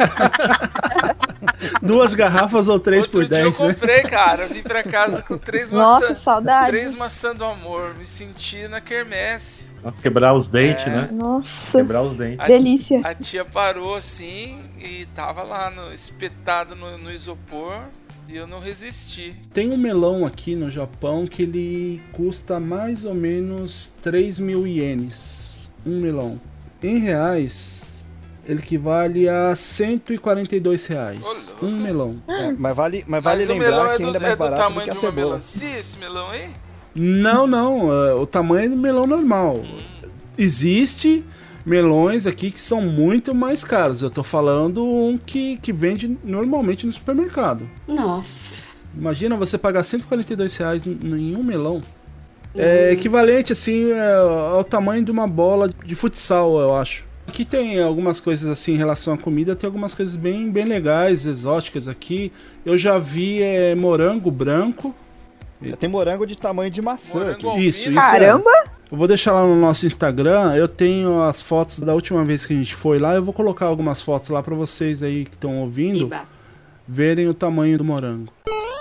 2 garrafas ou 3 por Outro dia 10, eu né? comprei, cara. Eu vim pra casa com 3 Nossa, maçãs. saudades. 3 maçãs do amor. Me senti na quermesse. Quebrar os dentes, né? Nossa, Quebrar os dentes. delícia. A tia parou assim e tava lá espetado no isopor. E eu não resisti. Tem um melão aqui no Japão que ele custa mais ou menos 3.000 ienes. Um melão. Em reais, ele equivale a R$142. Um melão. Mas vale Mas o melão lembrar que ainda é mais do barato do tamanho que a de uma cebola. melancia, esse melão aí? Não. O tamanho é do melão normal. Existe melões aqui que são muito mais caros. Eu tô falando um que vende normalmente no supermercado. Nossa. Imagina você pagar R$142 em um melão. É equivalente, assim, ao tamanho de uma bola de futsal, eu acho. Aqui tem algumas coisas, assim, em relação à comida. Tem algumas coisas bem legais, exóticas aqui. Eu já vi morango branco. Tem morango de tamanho de maçã Morango aqui. albino. Isso Caramba! Eu vou deixar lá no nosso Instagram. Eu tenho as fotos da última vez que a gente foi lá. Eu vou colocar algumas fotos lá pra vocês aí que estão ouvindo Iba. verem o tamanho do morango.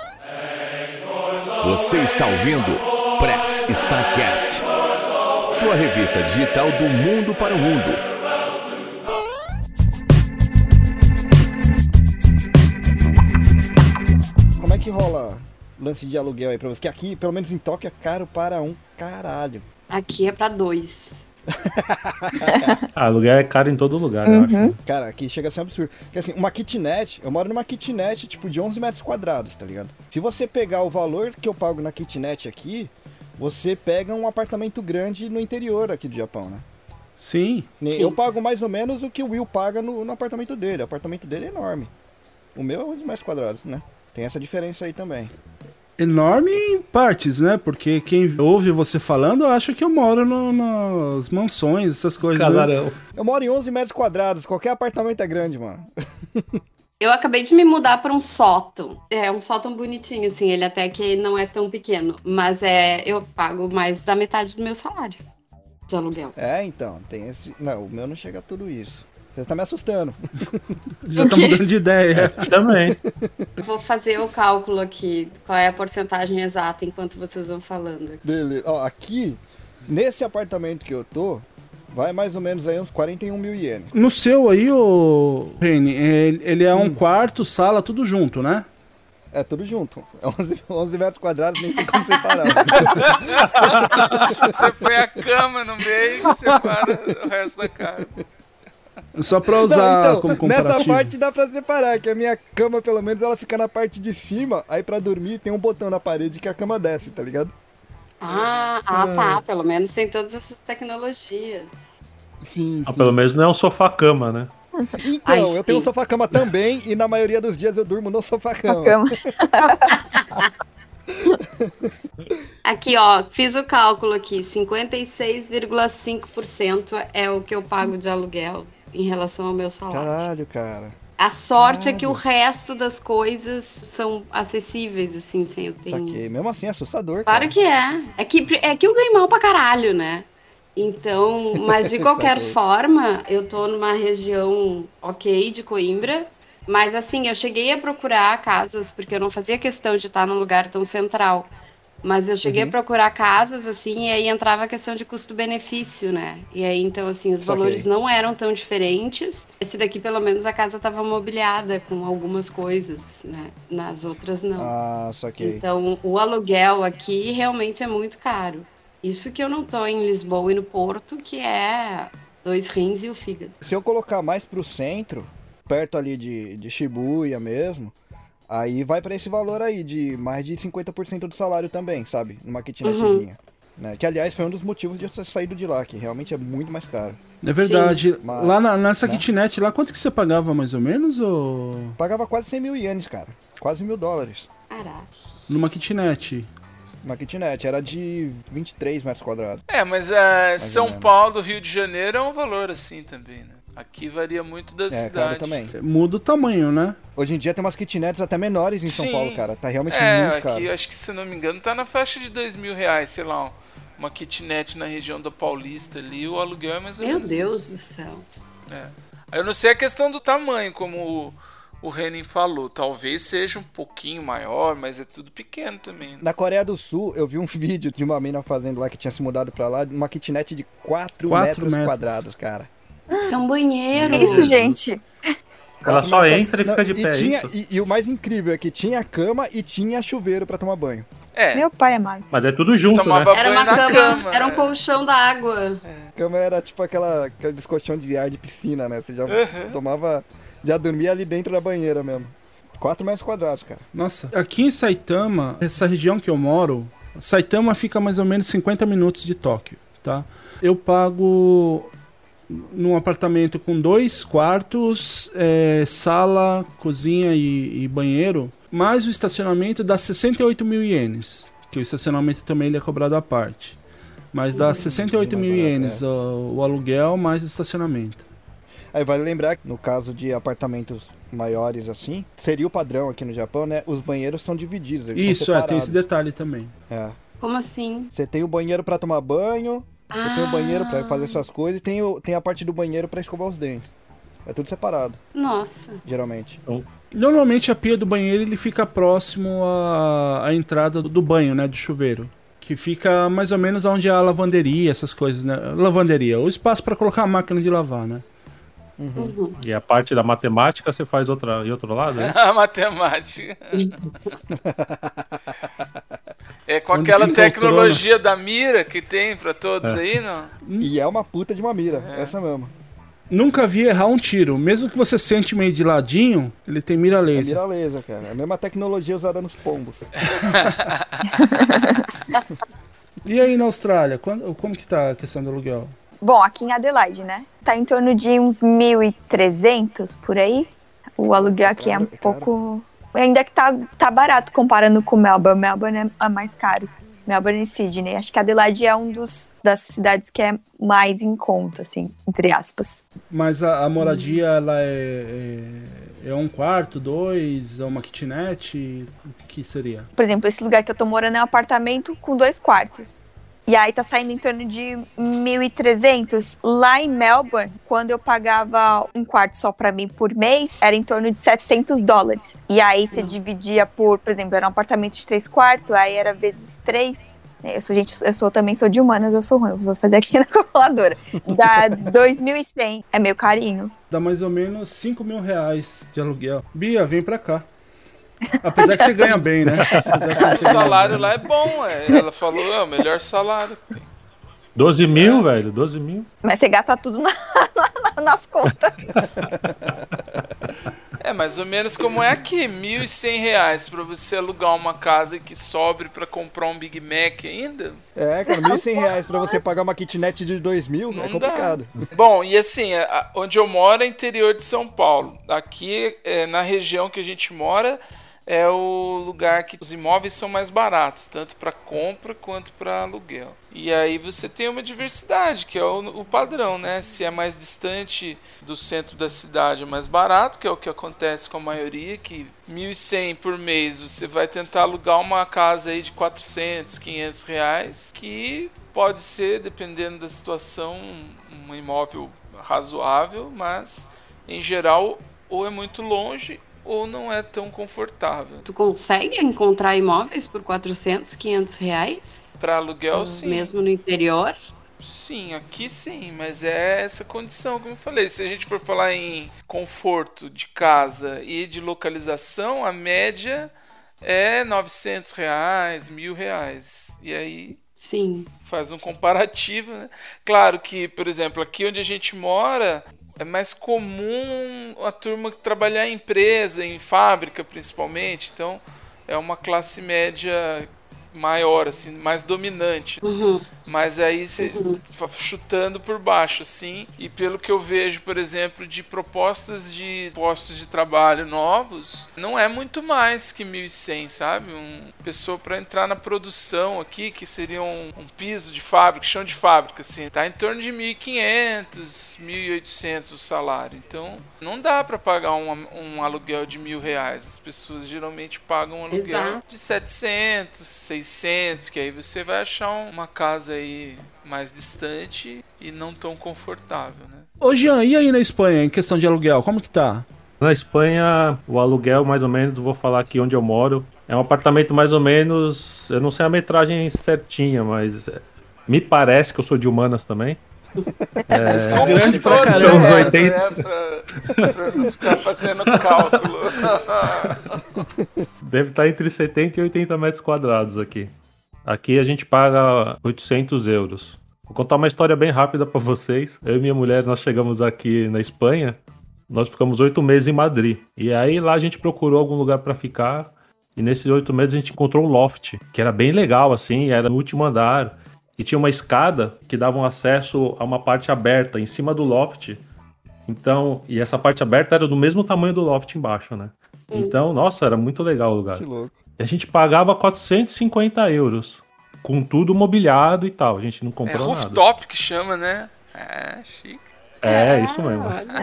Você está ouvindo Press Starcast, sua revista digital do mundo para o mundo. Como é que rola lance de aluguel aí pra você? Que aqui, pelo menos em Tóquio, é caro para um caralho. Aqui é pra 2. Aluguel é caro em todo lugar, eu acho. Cara, aqui chega a ser um absurdo. Porque assim, uma kitnet, eu moro numa kitnet tipo de 11 metros quadrados, tá ligado? Se você pegar o valor que eu pago na kitnet aqui, você pega um apartamento grande no interior aqui do Japão, né? Sim. Eu pago mais ou menos o que o Will paga no apartamento dele. O apartamento dele é enorme. O meu é 11 metros quadrados, né? Tem essa diferença aí também. Enorme em partes, né? Porque quem ouve você falando acha que eu moro nas mansões, essas coisas, né? Casarão. Eu moro em 11 metros quadrados, qualquer apartamento é grande, mano. Eu acabei de me mudar para um sótão. É um sótão bonitinho, assim. Ele até que não é tão pequeno. Mas eu pago mais da metade do meu salário de aluguel. É, então, tem esse... Não, o meu não chega a tudo isso. Você tá me assustando. Já tá mudando de ideia. Também. Eu vou fazer o cálculo aqui. Qual é a porcentagem exata enquanto vocês vão falando. Beleza. Ó, aqui, nesse apartamento que eu tô, vai mais ou menos aí uns 41 mil ienes. No seu aí, ô Reni, ele é um quarto, sala, tudo junto, né? É tudo junto. 11 metros quadrados, nem tem como separar. Você põe a cama no meio e separa o resto da casa. Só pra usar Não, então, como comparativo. nessa parte dá pra separar, que a minha cama, pelo menos, ela fica na parte de cima, aí pra dormir tem um botão na parede que a cama desce, tá ligado? Tá. Pelo menos tem todas essas tecnologias. Sim, sim. Pelo menos não é um sofá-cama, né? Então, Ai, eu tenho um sim. sofá-cama também, e na maioria dos dias eu durmo no A sofá-cama. cama. Aqui, ó, fiz o cálculo aqui. 56,5% é o que eu pago de aluguel em relação ao meu salário. Caralho, cara. A sorte é que Caralho. o resto das coisas são acessíveis, assim, sem eu ter. Saquei. Mesmo assim, é assustador, cara. Claro que é. É que eu ganho mal pra caralho, né? Então, mas de qualquer Saquei. forma, eu tô numa região ok de Coimbra. Mas assim, eu cheguei a procurar casas, porque eu não fazia questão de estar num lugar tão central. Mas eu cheguei a procurar casas, assim, e aí entrava a questão de custo-benefício, né? E aí, então, assim, os Saquei. valores não eram tão diferentes. Esse daqui, pelo menos, a casa estava mobiliada com algumas coisas, né? Nas outras, não. Ah, saquei. Então, o aluguel aqui realmente é muito caro. Isso que eu não tô em Lisboa e no Porto, que é 2 rins e o fígado. Se eu colocar mais pro centro, perto ali de Shibuya mesmo, aí vai pra esse valor aí, de mais de 50% do salário também, sabe? Numa kitnetzinha. Né? Que, aliás, foi um dos motivos de eu ter saído de lá, que realmente é muito mais caro. É verdade. Mas, Lá nessa né? kitnet, lá, quanto que você pagava mais ou menos? Ou... Pagava quase 100 mil ienes, cara. Quase $1.000. Caraca. Numa kitnet? Uma kitnet, era de 23 metros quadrados. Mas ou São menos. Paulo, Rio de Janeiro é um valor assim também, né? Aqui varia muito da É, cidade. caro também. Muda o tamanho, né? Hoje em dia tem umas kitnets até menores em São Sim. Paulo, cara. Tá realmente muito Aqui caro. acho que, se não me engano, tá na faixa de R$2.000, sei lá, uma kitnet na região da Paulista ali, o aluguel é mais ou Meu menos Deus do céu. Eu não sei a questão do tamanho, como o Renin falou. Talvez seja um pouquinho maior, mas é tudo pequeno também. Né? Na Coreia do Sul, eu vi um vídeo de uma mina fazendo lá que tinha se mudado pra lá, uma kitnet de 4 metros quadrados, cara. Isso é um banheiro. Que isso, gente? Ela só entra e fica de pé. Tinha, isso. e o mais incrível é que tinha cama e tinha chuveiro pra tomar banho. Meu pai amado. Mas é tudo junto, Tomava né? Era uma banho na cama, era um né? colchão da água. A cama era tipo aqueles colchão de ar de piscina, né? Você já tomava, já dormia ali dentro da banheira mesmo. 4 metros quadrados, cara. Nossa, aqui em Saitama, essa região que eu moro, Saitama fica mais ou menos 50 minutos de Tóquio, tá? Eu pago num apartamento com 2 quartos, sala, cozinha e banheiro, mais o estacionamento dá 68 mil ienes, que o estacionamento também ele é cobrado à parte. Mas dá 68 mil ienes o aluguel mais o estacionamento. Aí vale lembrar que no caso de apartamentos maiores assim, seria o padrão aqui no Japão, né? Os banheiros são divididos, eles Isso, são tem separados. esse detalhe também. É. Como assim? Você tem o banheiro pra tomar banho, você tem o banheiro pra fazer suas coisas e tem a parte do banheiro pra escovar os dentes. É tudo separado, Nossa. geralmente. Normalmente a pia do banheiro ele fica próximo à entrada do banho, né, do chuveiro. Que fica mais ou menos onde há a lavanderia, essas coisas, né? Lavanderia, o espaço para colocar a máquina de lavar, né? E a parte da matemática você faz em outro lado, né? A matemática. É com Onde aquela fica o tecnologia da mira que tem pra todos aí, não? E é uma puta de uma mira, essa mesmo. Nunca vi errar um tiro. Mesmo que você sente meio de ladinho, ele tem mira É laser. mira laser, cara. É a mesma tecnologia usada nos pombos. E aí na Austrália, como que tá a questão do aluguel? Bom, aqui em Adelaide, né? Tá em torno de uns 1.300 por aí. O aluguel aqui é um pouco... Ainda que tá barato comparando com Melbourne. Melbourne é mais caro. Melbourne e Sydney. Acho que Adelaide é das cidades que é mais em conta, assim, entre aspas. Mas a moradia, ela é um quarto, 2, é uma kitnet? O que seria? Por exemplo, esse lugar que eu tô morando é um apartamento com 2 quartos. E aí tá saindo em torno de 1.300. Lá em Melbourne, quando eu pagava um quarto só pra mim por mês, era em torno de $700. E aí você dividia por exemplo, era um apartamento de 3 quartos, aí era vezes 3. Eu também sou de humanas, eu sou ruim, eu vou fazer aqui na calculadora. Dá 2.100, é meio carinho. Dá mais ou menos 5 mil reais de aluguel. Bia, vem pra cá. Apesar que você ganha bem, né? Apesar que O você ganha salário bem. lá é bom, ela falou, é o melhor salário que tem. 12 mil, velho, 12 mil. Mas você gasta tudo nas contas. É mais ou menos como é aqui, R$1.100 pra você alugar uma casa que sobre pra comprar um Big Mac ainda. É, cara, R$1.100 pra você pagar uma kitnet de 2.000 Não é complicado. Bom, e assim, onde eu moro é interior de São Paulo. Aqui, na região que a gente mora, é o lugar que os imóveis são mais baratos, tanto para compra quanto para aluguel. E aí você tem uma diversidade, que é o padrão, né? Se é mais distante do centro da cidade é mais barato, que é o que acontece com a maioria, que R$1.100 por mês você vai tentar alugar uma casa aí de R$400, R$500, que pode ser, dependendo da situação, um imóvel razoável, mas em geral ou é muito longe ou não é tão confortável. Tu consegue encontrar imóveis por R$400, R$500? Para aluguel, sim. Mesmo no interior? Sim, aqui sim, mas é essa condição, como eu falei. Se a gente for falar em conforto de casa e de localização, a média é R$900, R$1.000. E aí sim, faz um comparativo, né? Claro que, por exemplo, aqui onde a gente mora, é mais comum a turma trabalhar em empresa, em fábrica principalmente, então é uma classe média maior, assim, mais dominante. Mas aí você chutando por baixo, assim, e pelo que eu vejo, por exemplo, de propostas de postos de trabalho novos, não é muito mais que 1.100, sabe? Uma pessoa para entrar na produção aqui, que seria um piso de fábrica, chão de fábrica, assim, tá em torno de 1.500, 1.800 o salário. Então, não dá para pagar um aluguel de R$1.000. As pessoas geralmente pagam um aluguel de 700, 600, que aí você vai achar uma casa aí mais distante e não tão confortável, né? Ô Jean, e aí na Espanha, em questão de aluguel, como que tá? Na Espanha, o aluguel, mais ou menos, vou falar aqui onde eu moro, é um apartamento mais ou menos, eu não sei a metragem certinha, mas me parece que eu sou de humanas também. Como grande de pra todos caramba. essa, 80. né? Pra não ficar fazendo cálculo. Deve estar entre 70 e 80 metros quadrados aqui. Aqui a gente paga 800 euros. Vou contar uma história bem rápida para vocês. Eu e minha mulher, nós chegamos aqui na Espanha, nós ficamos 8 meses em Madrid. E aí lá a gente procurou algum lugar para ficar, e nesses 8 meses a gente encontrou um loft, que era bem legal, assim, era no último andar. E tinha uma escada que dava um acesso a uma parte aberta em cima do loft. Então, e essa parte aberta era do mesmo tamanho do loft embaixo, né? Então, nossa, era muito legal o lugar. Que louco. A gente pagava 450 euros, com tudo mobiliado e tal. A gente não comprou nada. Rooftop que chama, né? É, chique. É, isso mesmo.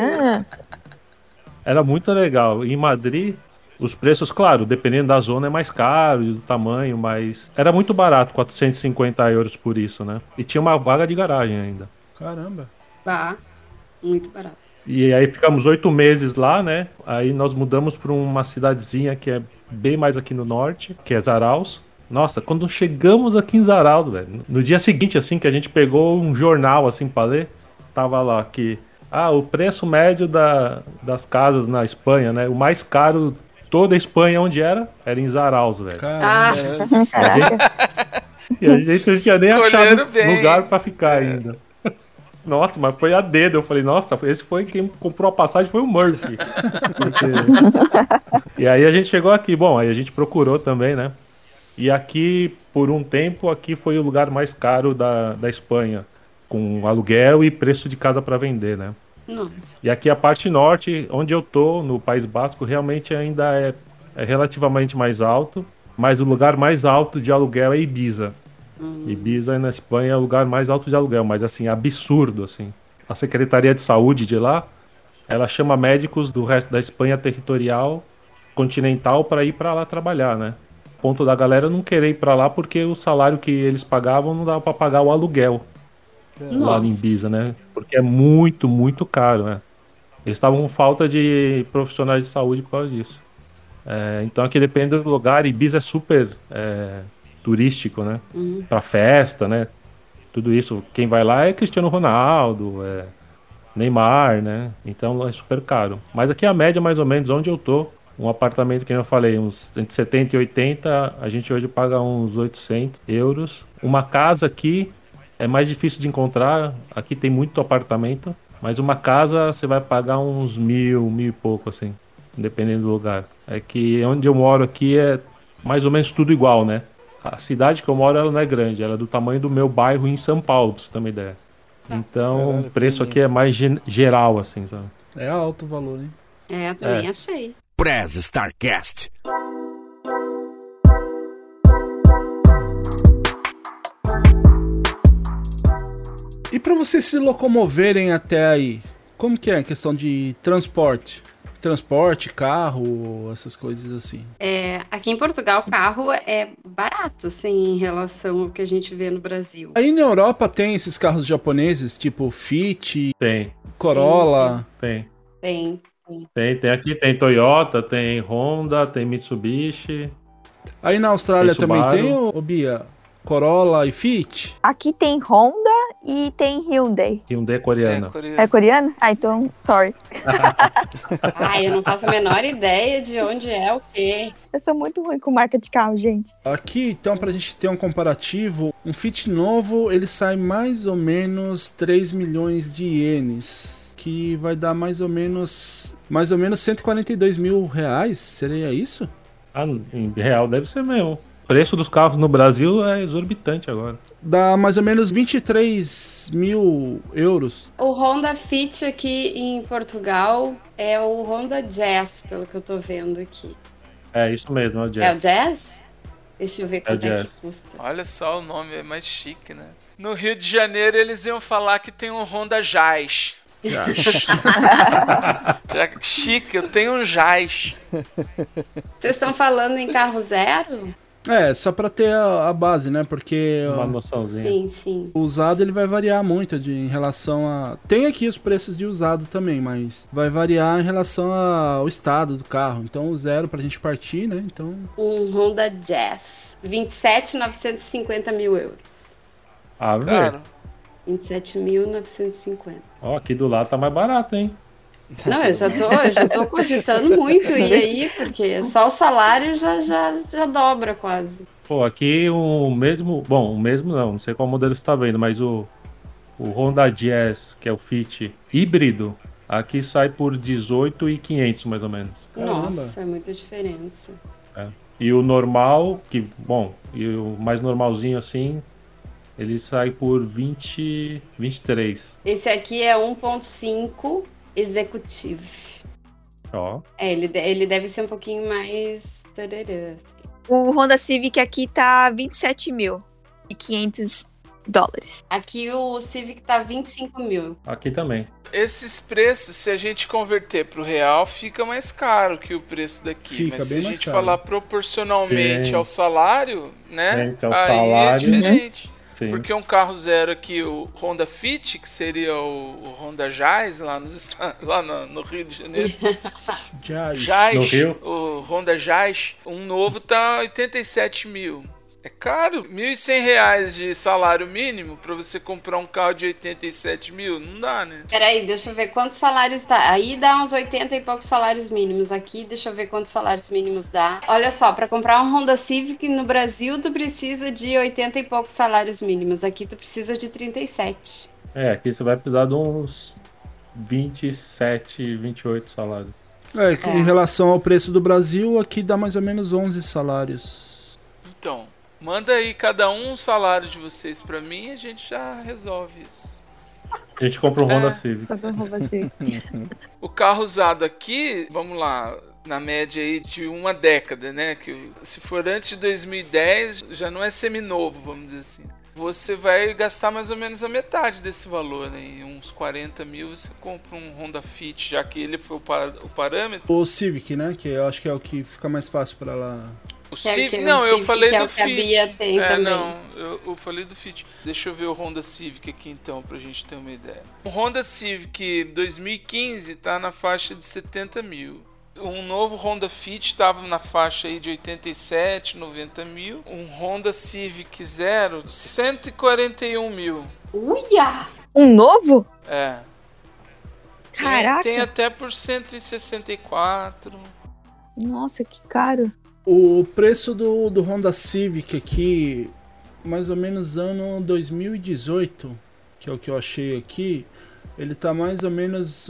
Era muito legal. Em Madrid, os preços, claro, dependendo da zona é mais caro e do tamanho, mas era muito barato, 450 euros por isso, né? E tinha uma vaga de garagem ainda. Caramba. Bah, muito barato. E aí ficamos 8 meses lá, né? Aí nós mudamos para uma cidadezinha que é bem mais aqui no norte, que é Zarauz. Nossa, quando chegamos aqui em Zarauz, velho, no dia seguinte, assim, que a gente pegou um jornal, assim, pra ler, tava lá que... o preço médio das casas na Espanha, né? O mais caro toda a Espanha, onde era? Era em Zarauz, velho. E a gente não tinha nem Escolheram achado bem. lugar pra ficar ainda. Nossa, mas foi a dedo. Eu falei, nossa, esse foi quem comprou a passagem, foi o Murphy. E aí a gente chegou aqui. Bom, aí a gente procurou também, né? E aqui, por um tempo, aqui foi o lugar mais caro da Espanha, com aluguel e preço de casa para vender, né? Nossa. E aqui a parte norte, onde eu tô, no País Basco, realmente ainda é relativamente mais alto, mas o lugar mais alto de aluguel é Ibiza. Ibiza na Espanha é o lugar mais alto de aluguel, mas assim, absurdo, assim. A Secretaria de Saúde de lá, ela chama médicos do resto da Espanha territorial, continental, para ir para lá trabalhar, né? Ponto da galera não querer ir para lá porque o salário que eles pagavam não dava para pagar o aluguel lá em Ibiza, né? Porque é muito, muito caro, né? Eles estavam com falta de profissionais de saúde por causa disso. Então aqui depende do lugar. Ibiza é super turístico, né? Pra festa, né? Tudo isso. Quem vai lá é Cristiano Ronaldo, Neymar, né? Então é super caro. Mas aqui a média, mais ou menos, onde eu tô, Um apartamento, que eu falei, uns entre 70 e 80, a gente hoje paga uns 800 euros. Uma casa aqui é mais difícil de encontrar, aqui tem muito apartamento, mas uma casa você vai pagar uns 1.000 e pouco, assim, dependendo do lugar. É que onde eu moro aqui é mais ou menos tudo igual, né? A cidade que eu moro, ela não é grande, ela é do tamanho do meu bairro em São Paulo, pra você ter uma ideia. Então, o preço aqui é mais geral, assim, sabe? É alto o valor, hein? É, eu também achei. Press Starcast. E para vocês se locomoverem até aí, como que é a questão de transporte? Transporte, carro, essas coisas assim. Aqui em Portugal, o carro é barato, assim, em relação ao que a gente vê no Brasil. Aí na Europa tem esses carros japoneses, tipo Fit, Tem. Corolla. Tem. Tem. Aqui tem Toyota, tem Honda, tem Mitsubishi. Aí na Austrália Tem também Subaru. tem, ô Bia? Corolla e Fit? Aqui tem Honda e tem Hyundai. Hyundai é coreana. É coreano? Ah, então, sorry. Ai, eu não faço a menor ideia de onde é o quê. Eu sou muito ruim com marca de carro, gente. Aqui, então, pra gente ter um comparativo, um Fit novo, ele sai mais ou menos 3 milhões de ienes, que vai dar mais ou menos 142 mil reais, seria isso? Ah, em real deve ser mesmo. O preço dos carros no Brasil é exorbitante agora. Dá mais ou menos 23 mil euros. O Honda Fit aqui em Portugal é o Honda Jazz, pelo que eu tô vendo aqui. É isso mesmo, é o É o Jazz. Jazz? Deixa eu ver quanto é que Jazz. custa. Olha só, o nome é mais chique, né? No Rio de Janeiro eles iam falar que tem um Honda Jazz. Chique, eu tenho um Jazz. Vocês estão falando em carro zero? Só pra ter a base, né? Porque Uma noçãozinha. Sim. o usado ele vai variar muito em relação a... Tem aqui os preços de usado também, mas vai variar em relação ao estado do carro. Então o zero pra gente partir, né? Então... Um Honda Jazz. 27.950 mil euros. Ah, velho. Cara, 27.950. Ó, aqui do lado tá mais barato, hein? Não, eu já tô cogitando muito ir aí, porque só o salário já dobra quase. Pô, aqui o mesmo... Bom, o mesmo não sei qual modelo você tá vendo, mas o Honda Jazz, que é o Fit híbrido, aqui sai por 18.500 mais ou menos. Caramba. Nossa, é muita diferença. E o normal, e o mais normalzinho assim, ele sai por 23. Esse aqui é 1.5 Executive. Ó. Ele deve ser um pouquinho mais tararã, assim. O Honda Civic aqui tá 27.500 dólares. Aqui o Civic tá 25 mil. Aqui também. esses preços, se a gente converter pro real, fica mais caro que o preço daqui. Fica Mas se bem a mais gente caro. falar proporcionalmente Sim. ao salário, né? Então, Aí salário, é diferente. Sim. Porque um carro zero aqui, o Honda Fit, que seria o Honda Jazz lá, no Rio de Janeiro. Jazz. No Rio? O Honda Jazz, um novo tá 87 mil. É caro, R$1.100 de salário mínimo pra você comprar um carro de 87 mil, não dá, né? Peraí, deixa eu ver quantos salários dá. Aí dá uns 80 e poucos salários mínimos. Aqui, deixa eu ver quantos salários mínimos dá. Olha só, pra comprar um Honda Civic no Brasil, tu precisa de 80 e poucos salários mínimos. Aqui tu precisa de 37. É, aqui você vai precisar de uns 27, 28 salários. Que em relação ao preço do Brasil, aqui dá mais ou menos 11 salários. Então, manda aí cada um salário de vocês pra mim e a gente já resolve isso. A gente compra um Honda Civic. O carro usado aqui, vamos lá, na média aí de uma década, né? Que se for antes de 2010, já não é seminovo, vamos dizer assim. Você vai gastar mais ou menos a metade desse valor, né? Uns 40 mil você compra um Honda Fit, já que ele foi o parâmetro. O Civic, né? Que eu acho que é o que fica mais fácil pra lá. O Que é Civic, o não, eu Civic, falei que é do o que a Fit. Bia tem também. Não, eu falei do Fit. Deixa eu ver o Honda Civic aqui então, pra gente ter uma ideia. O Honda Civic 2015 tá na faixa de 70 mil. Um novo Honda Fit estava na faixa aí de 87, 90 mil. Um Honda Civic Zero, 141 mil. Uia! Um novo? É. Caraca. Tem até por 164. Nossa, que caro. O preço do Honda Civic aqui, mais ou menos ano 2018, que é o que eu achei aqui, ele tá mais ou menos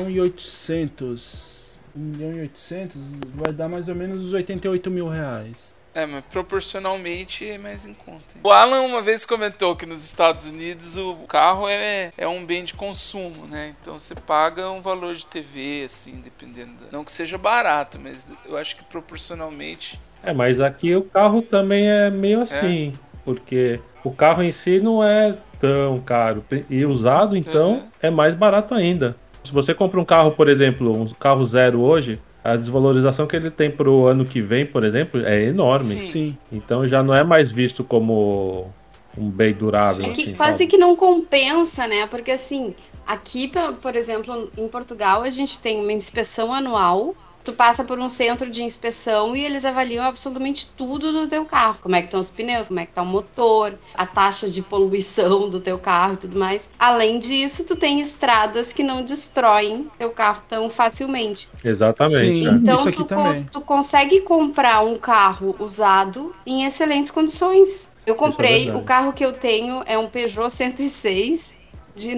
1.800.000. 1.800.000 vai dar mais ou menos uns 88 mil reais. Mas proporcionalmente é mais em conta. O Alan uma vez comentou que nos Estados Unidos o carro é um bem de consumo, né? Então você paga um valor de TV, assim, dependendo. Não que seja barato, mas eu acho que proporcionalmente... Mas aqui o carro também é meio assim, porque o carro em si não é tão caro. E usado, então, é mais barato ainda. Se você compra um carro, por exemplo, um carro zero hoje... A desvalorização que ele tem pro ano que vem, por exemplo, é enorme. Sim. Então já não é mais visto como um bem durável. É que assim, quase sabe? que não compensa, né? Porque assim, aqui, por exemplo, em Portugal, a gente tem uma inspeção anual. Tu passa por um centro de inspeção e eles avaliam absolutamente tudo do teu carro. Como é que estão os pneus, como é que tá o motor, a taxa de poluição do teu carro e tudo mais. Além disso, tu tem estradas que não destroem teu carro tão facilmente. Exatamente. Sim. Então Isso aqui também. tu consegue comprar um carro usado em excelentes condições. Eu comprei, verdade. o carro que eu tenho é um Peugeot 106 de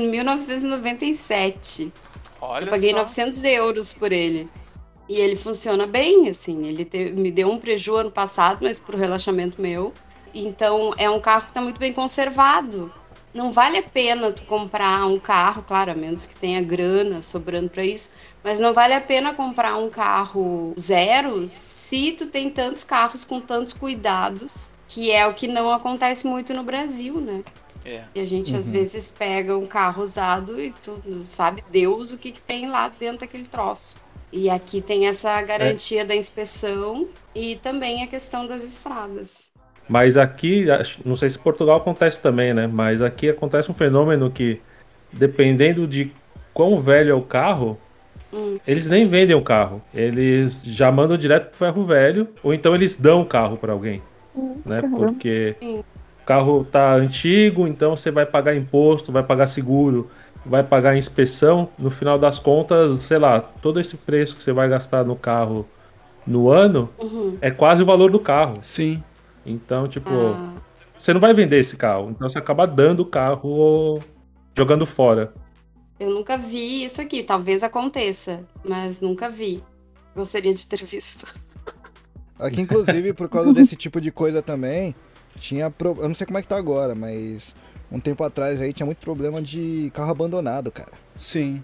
1997. Olha Eu paguei só. 900 euros por ele. E ele funciona bem, assim. Ele me deu um prejuízo ano passado, mas por relaxamento meu. Então, é um carro que está muito bem conservado. Não vale a pena tu comprar um carro, claro, a menos que tenha grana sobrando para isso, mas não vale a pena comprar um carro zero se tu tem tantos carros com tantos cuidados, que é o que não acontece muito no Brasil, né? E a gente às vezes pega um carro usado e tu sabe Deus o que tem lá dentro daquele troço. E aqui tem essa garantia da inspeção e também a questão das estradas. Mas aqui, não sei se em Portugal acontece também, né? Mas aqui acontece um fenômeno que, dependendo de quão velho é o carro, eles nem vendem o carro. Eles já mandam direto pro ferro velho, ou então eles dão o carro para alguém, né? Porque o carro tá antigo, então você vai pagar imposto, vai pagar seguro, vai pagar inspeção. No final das contas, sei lá, todo esse preço que você vai gastar no carro no ano é quase o valor do carro. Sim. Então, tipo, você não vai vender esse carro. Então você acaba dando o carro ou jogando fora. Eu nunca vi isso aqui, talvez aconteça, mas nunca vi. Gostaria de ter visto. Aqui, inclusive, por causa desse tipo de coisa também, eu não sei como é que tá agora, mas um tempo atrás aí tinha muito problema de carro abandonado, cara. Sim.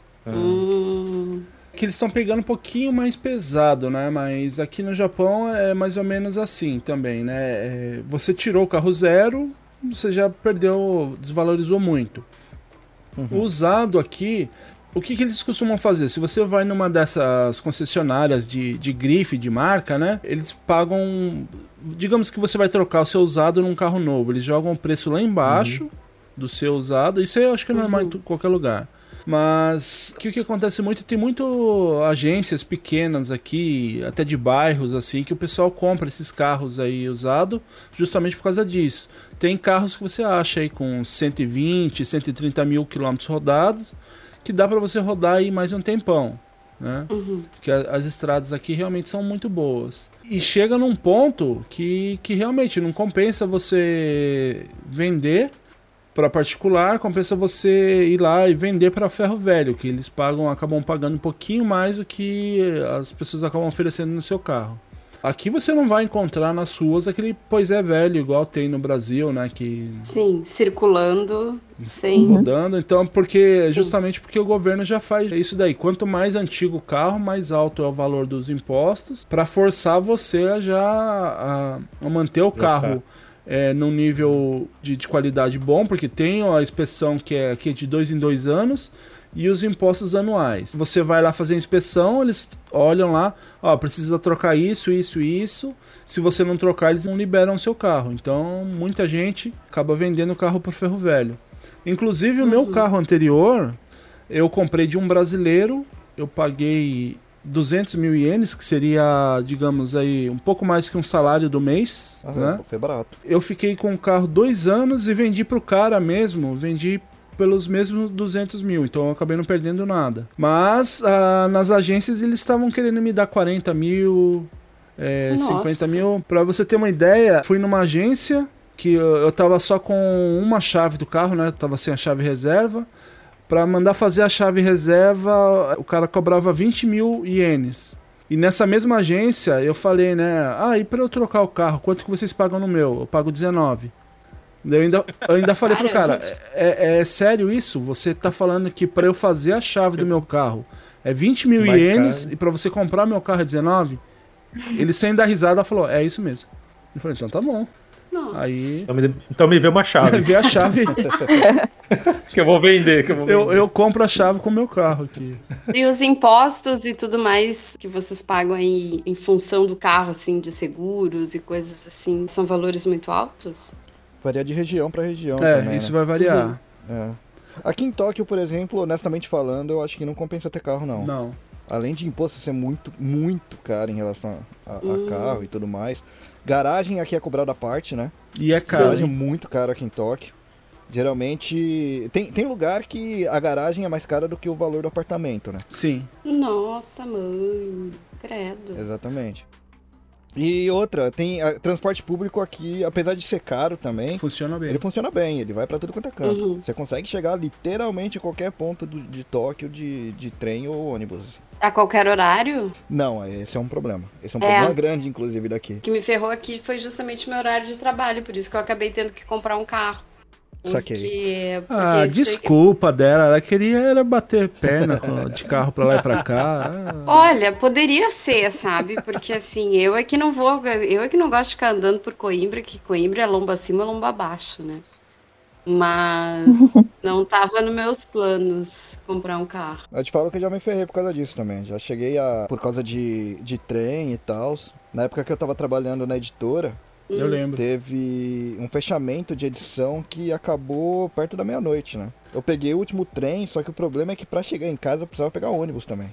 Que eles estão pegando um pouquinho mais pesado, né? Mas aqui no Japão é mais ou menos assim também, né? Você tirou o carro zero, você já perdeu, desvalorizou muito. O usado aqui, o que eles costumam fazer? Se você vai numa dessas concessionárias de grife, de marca, né? Eles pagam... Digamos que você vai trocar o seu usado num carro novo. Eles jogam o preço lá embaixo do seu usado. Isso eu acho que é normal em qualquer lugar. Mas o que acontece muito, tem muito agências pequenas aqui, até de bairros assim, que o pessoal compra esses carros aí usados justamente por causa disso. Tem carros que você acha aí com 120, 130 mil quilômetros rodados, que dá para você rodar aí mais um tempão, né? Porque as estradas aqui realmente são muito boas. E chega num ponto que realmente não compensa você vender para particular, compensa você ir lá e vender para ferro velho, que eles acabam pagando um pouquinho mais do que as pessoas acabam oferecendo no seu carro. Aqui você não vai encontrar nas ruas aquele poisé velho, igual tem no Brasil, né? Sim, circulando, sem... Rodando, então, justamente porque o governo já faz isso daí. Quanto mais antigo o carro, mais alto é o valor dos impostos, para forçar você a manter o carro num nível de qualidade bom, porque tem a inspeção que é de 2 em 2 anos e os impostos anuais. Você vai lá fazer a inspeção, eles olham lá, precisa trocar isso. Se você não trocar, eles não liberam o seu carro. Então, muita gente acaba vendendo o carro por ferro velho. Inclusive, o meu carro anterior, eu comprei de um brasileiro, eu paguei 200 mil ienes, que seria, digamos aí, um pouco mais que um salário do mês, né? Foi barato. Eu fiquei com o carro 2 anos e vendi pro cara mesmo, vendi pelos mesmos 200 mil, então eu acabei não perdendo nada. Mas nas agências eles estavam querendo me dar 40 mil, 50 mil. Pra você ter uma ideia, fui numa agência que eu tava só com uma chave do carro, né? Eu tava sem a chave reserva. Pra mandar fazer a chave reserva, o cara cobrava 20 mil ienes. E nessa mesma agência eu falei, né? E pra eu trocar o carro, quanto que vocês pagam no meu? Eu pago 19. Eu ainda falei pro cara, é sério isso? Você tá falando que pra eu fazer a chave do meu carro é 20 mil ienes e pra você comprar meu carro é 19? Ele sem dar risada falou, é isso mesmo. Eu falei, então tá bom. Nossa. Aí... Então me vê uma chave. Vê a chave. que eu vou vender. Eu compro a chave com o meu carro aqui. E os impostos e tudo mais que vocês pagam aí em função do carro, assim, de seguros e coisas assim, são valores muito altos? Varia de região pra região também, isso né? vai variar. Aqui em Tóquio, por exemplo, honestamente falando, eu acho que não compensa ter carro, não. Não. Além de imposto ser muito, muito caro em relação a carro e tudo mais. Garagem aqui é cobrada à parte, né? E é caro. Garagem é muito caro aqui em Tóquio. Geralmente... Tem lugar que a garagem é mais cara do que o valor do apartamento, né? Sim. Nossa, mãe. Credo. Exatamente. E outra, tem transporte público aqui, apesar de ser caro também... Funciona bem. Ele funciona bem, ele vai pra tudo quanto é canto. Você consegue chegar literalmente a qualquer ponto de Tóquio de trem ou ônibus. A qualquer horário? Não, esse é um problema. Esse é um problema grande, inclusive, daqui. O que me ferrou aqui foi justamente meu horário de trabalho, por isso que eu acabei tendo que comprar um carro. Saquei. Porque desculpa dela, ela queria bater perna de carro pra lá e pra cá. Olha, poderia ser, sabe? Porque assim, eu é que não gosto de ficar andando por Coimbra, que Coimbra é lomba acima, lomba abaixo, né? Mas não tava nos meus planos comprar um carro. Eu te falo que eu já me ferrei por causa disso também. Já cheguei por causa de trem e tal. Na época que eu tava trabalhando na editora, eu lembro. Teve um fechamento de edição que acabou perto da meia-noite, né? Eu peguei o último trem, só que o problema é que pra chegar em casa eu precisava pegar ônibus também.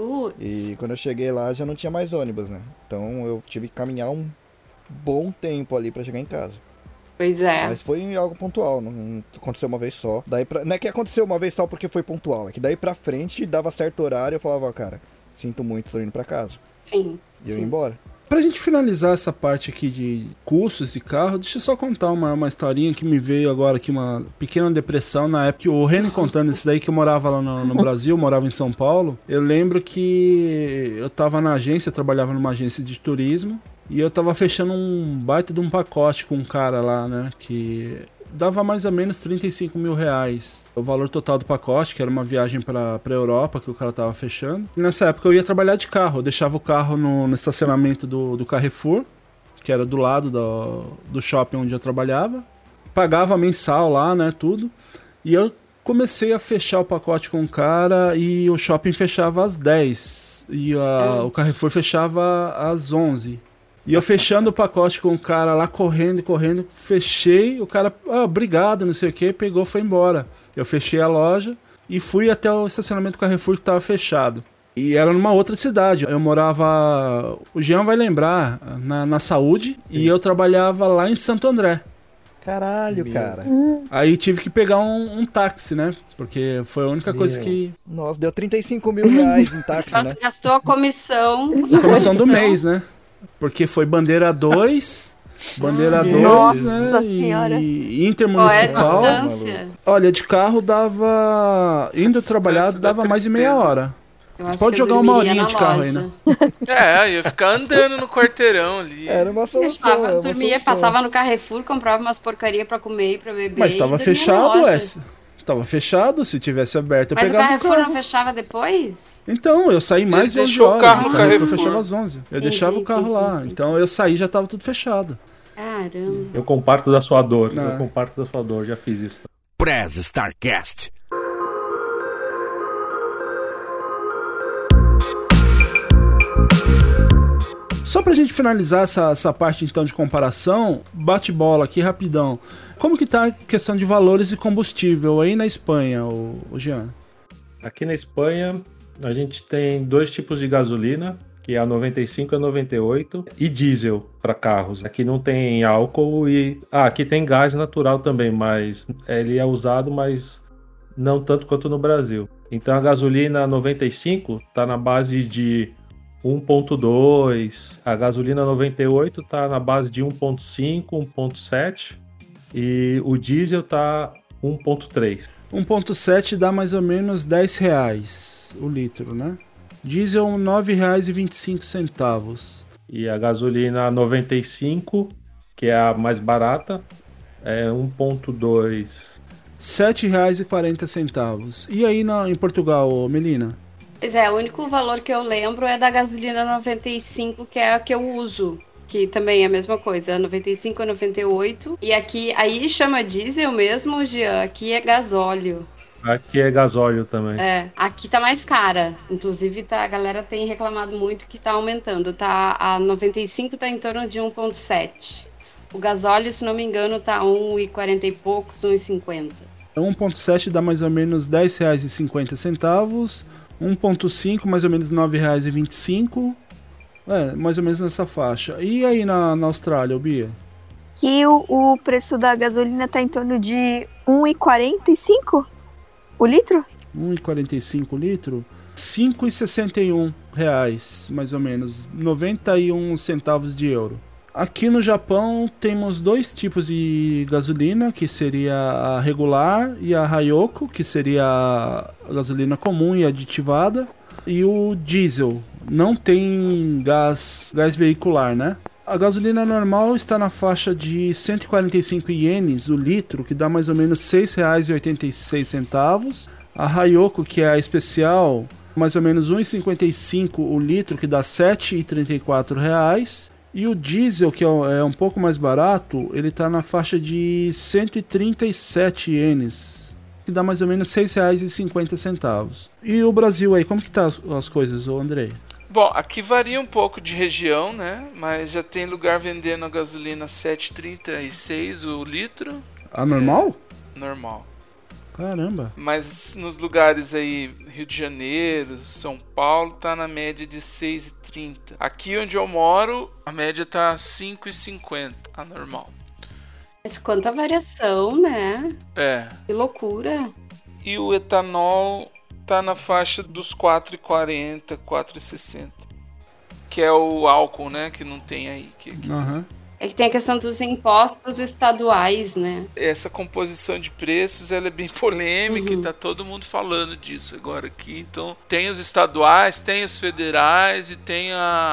E quando eu cheguei lá já não tinha mais ônibus, né? Então eu tive que caminhar um bom tempo ali pra chegar em casa. Pois é. Mas foi algo pontual, não aconteceu uma vez só. Não é que aconteceu uma vez só porque foi pontual, é que daí pra frente dava certo horário, eu falava, cara, sinto muito, tô indo pra casa. Sim. E eu ia embora. Pra gente finalizar essa parte aqui de custos de carro, deixa eu só contar uma historinha que me veio agora aqui, uma pequena depressão na época. O Reni contando isso daí, que eu morava lá no Brasil, morava em São Paulo. Eu lembro que eu tava na agência, eu trabalhava numa agência de turismo, e eu tava fechando um baita de um pacote com um cara lá, né, que dava mais ou menos 35 mil reais. O valor total do pacote, que era uma viagem pra Europa, que o cara tava fechando. E nessa época eu ia trabalhar de carro. Eu deixava o carro no estacionamento do Carrefour, que era do lado do shopping onde eu trabalhava. Pagava mensal lá, né, tudo. E eu comecei a fechar o pacote com o cara e o shopping fechava às 10. E o Carrefour fechava às 11. E eu fechando o pacote com o cara lá, correndo, fechei, o cara, obrigado, não sei o que, pegou, foi embora. Eu fechei a loja e fui até o estacionamento do Carrefour que estava fechado. E era numa outra cidade. Eu morava, o Jean vai lembrar, na Saúde, e eu trabalhava lá em Santo André. Caralho, cara. Aí tive que pegar um táxi, né? Porque foi a única coisa que... Nossa, deu 35 mil reais em táxi, né? Gastou a comissão. A comissão do mês, né? Porque foi bandeira 2, bandeira 2, Nossa né? Senhora. E intermunicipal. Qual é a distância? Olha, de carro dava... Indo trabalhar dava mais de meia hora. Pode jogar uma horinha de carro aí, né? Ia ficar andando no quarteirão ali. Era uma solução. Dormia, passava no Carrefour, comprava umas porcaria pra comer e pra beber. Mas tava fechado essa. Tava fechado, se tivesse aberto eu Mas pegava o Carrefour não fechava depois? Então, eu saí mais de 11 deixou horas. o carro no Carrefour Carrefour. fechava às 11. Eu deixava o carro lá. entendi. Então eu saí e já tava tudo fechado. Caramba. Eu comparto da sua dor. Não. Eu comparto da sua dor, já fiz isso. Prez Starcast. Só pra gente finalizar essa parte então de comparação, bate-bola aqui rapidão. Como que tá a questão de valores de combustível aí na Espanha, o Jean? Aqui na Espanha, a gente tem 2 tipos de gasolina, que é a 95 e a 98, e diesel para carros. Aqui não tem álcool e... aqui tem gás natural também, mas ele é usado, mas não tanto quanto no Brasil. Então a gasolina 95 está na base de 1.2, a gasolina 98 está na base de 1.5, 1.7 e o diesel está 1.3. 1.7 dá mais ou menos R$10 o litro, né? Diesel R$ 9,25. E a gasolina 95, que é a mais barata, é 1.2. R$ 7,40. E aí em Portugal, Melina? Pois é, o único valor que eu lembro é da gasolina 95, que é a que eu uso. Que também é a mesma coisa, 95 a 98. E aqui, aí chama diesel mesmo, Jean? Aqui é gasóleo. Aqui é gasóleo também. É, aqui tá mais cara. Inclusive, a galera tem reclamado muito que tá aumentando. A 95 tá em torno de 1,7. O gasóleo, se não me engano, tá 1,40 e poucos, 1,50. 1,7 dá mais ou menos R$10,50. 1,5 mais ou menos R$9,25. Mais ou menos nessa faixa. E aí na Austrália, Bia? Que o preço da gasolina tá em torno de 1,45 o litro? 1,45 o litro? R$5,61, mais ou menos. 91 centavos de euro. Aqui no Japão temos dois tipos de gasolina, que seria a regular e a Hayoko, que seria a gasolina comum e aditivada. E o diesel. Não tem gás veicular, né? A gasolina normal está na faixa de 145 ienes o litro, que dá mais ou menos R$6,86. A Hayoko, que é a especial, mais ou menos 1,55 o litro, que dá R$7,34. E o diesel, que é um pouco mais barato, ele está na faixa de 137 ienes, que dá mais ou menos R$6,50. E o Brasil aí, como que tá as coisas, Andrei? Bom, aqui varia um pouco de região, né? Mas já tem lugar vendendo a gasolina 7,36 o litro. A normal? Normal. Caramba. Mas nos lugares aí, Rio de Janeiro, São Paulo, tá na média de 6,30. Aqui onde eu moro, a média tá 5,50, a normal. Mas quanta variação, né? É. Que loucura. E o etanol tá na faixa dos 4,40, 4,60. Que é o álcool, né? Que não tem aí. Uhum. É que tem a questão dos impostos estaduais, né? Essa composição de preços, ela é bem polêmica e tá todo mundo falando disso agora aqui. Então, tem os estaduais, tem os federais e tem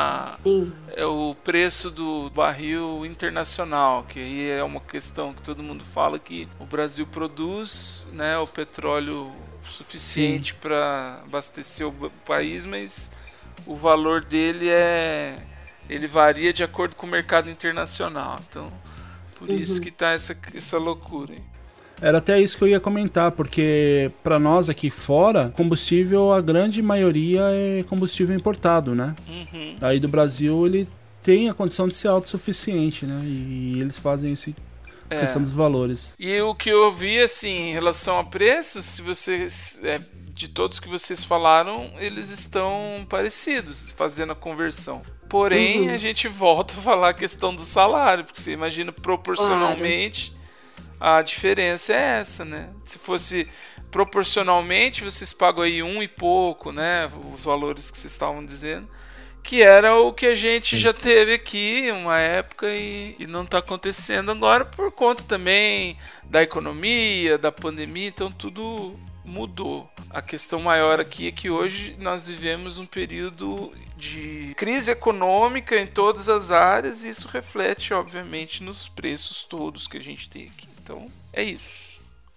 o preço do barril internacional, que aí é uma questão que todo mundo fala que o Brasil produz, né, o petróleo suficiente para abastecer o país, mas o valor dele ele varia de acordo com o mercado internacional. Então, por isso que tá essa loucura. Era até isso que eu ia comentar, porque para nós aqui fora, combustível, a grande maioria é combustível importado, né? Aí do Brasil ele tem a condição de ser autossuficiente, né? E eles fazem esse questão dos valores. E o que eu vi, assim, em relação a preços, se vocês... de todos que vocês falaram, eles estão parecidos, fazendo a conversão. Porém, a gente volta a falar a questão do salário, porque você imagina proporcionalmente, a diferença é essa, né? Se fosse proporcionalmente, vocês pagam aí 1 e pouco, né? Os valores que vocês estavam dizendo, que era o que a gente já teve aqui uma época e não está acontecendo agora por conta também da economia, da pandemia, então tudo mudou. A questão maior aqui é que hoje nós vivemos um período de crise econômica em todas as áreas e isso reflete, obviamente, nos preços todos que a gente tem aqui. Então, é isso.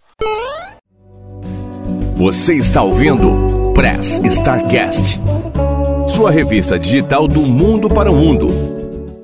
Você está ouvindo Press Starcast, sua revista digital do mundo para o mundo.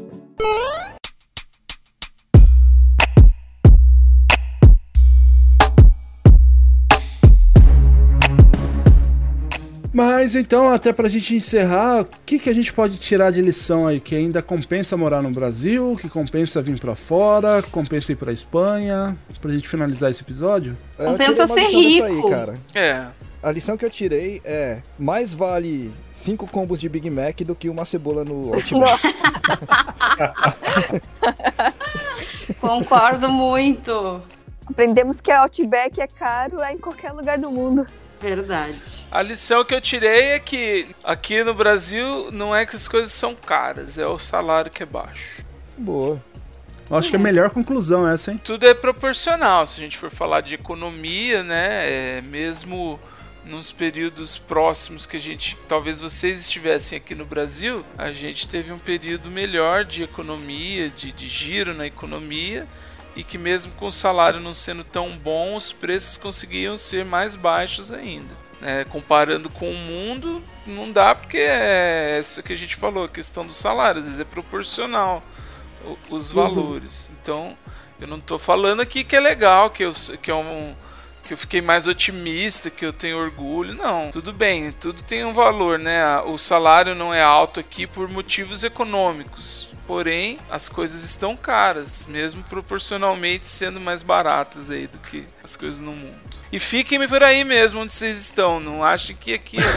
Mas então, até pra gente encerrar, o que a gente pode tirar de lição aí? Que ainda compensa morar no Brasil, que compensa vir pra fora, compensa ir pra Espanha, pra gente finalizar esse episódio? Compensa ser rico. Aí, cara. A lição que eu tirei é: mais vale 5 combos de Big Mac do que uma cebola no Outback. Concordo muito. Aprendemos que a Outback é caro em qualquer lugar do mundo. Verdade. A lição que eu tirei é que aqui no Brasil não é que as coisas são caras, é o salário que é baixo. Boa. Eu acho que é a melhor conclusão essa, hein? Tudo é proporcional, se a gente for falar de economia, né? Mesmo nos períodos próximos que talvez vocês estivessem aqui no Brasil, a gente teve um período melhor de economia, de giro na economia, e que mesmo com o salário não sendo tão bom, os preços conseguiam ser mais baixos ainda. Comparando com o mundo, não dá, porque é isso que a gente falou, a questão do salário, às vezes é proporcional os valores. Então, eu não estou falando aqui que é legal, que eu fiquei mais otimista, que eu tenho orgulho. Não, tudo bem, tudo tem um valor, né? O salário não é alto aqui por motivos econômicos. Porém, as coisas estão caras, mesmo proporcionalmente sendo mais baratas aí do que as coisas no mundo. E fiquem por aí mesmo onde vocês estão, não achem que aqui é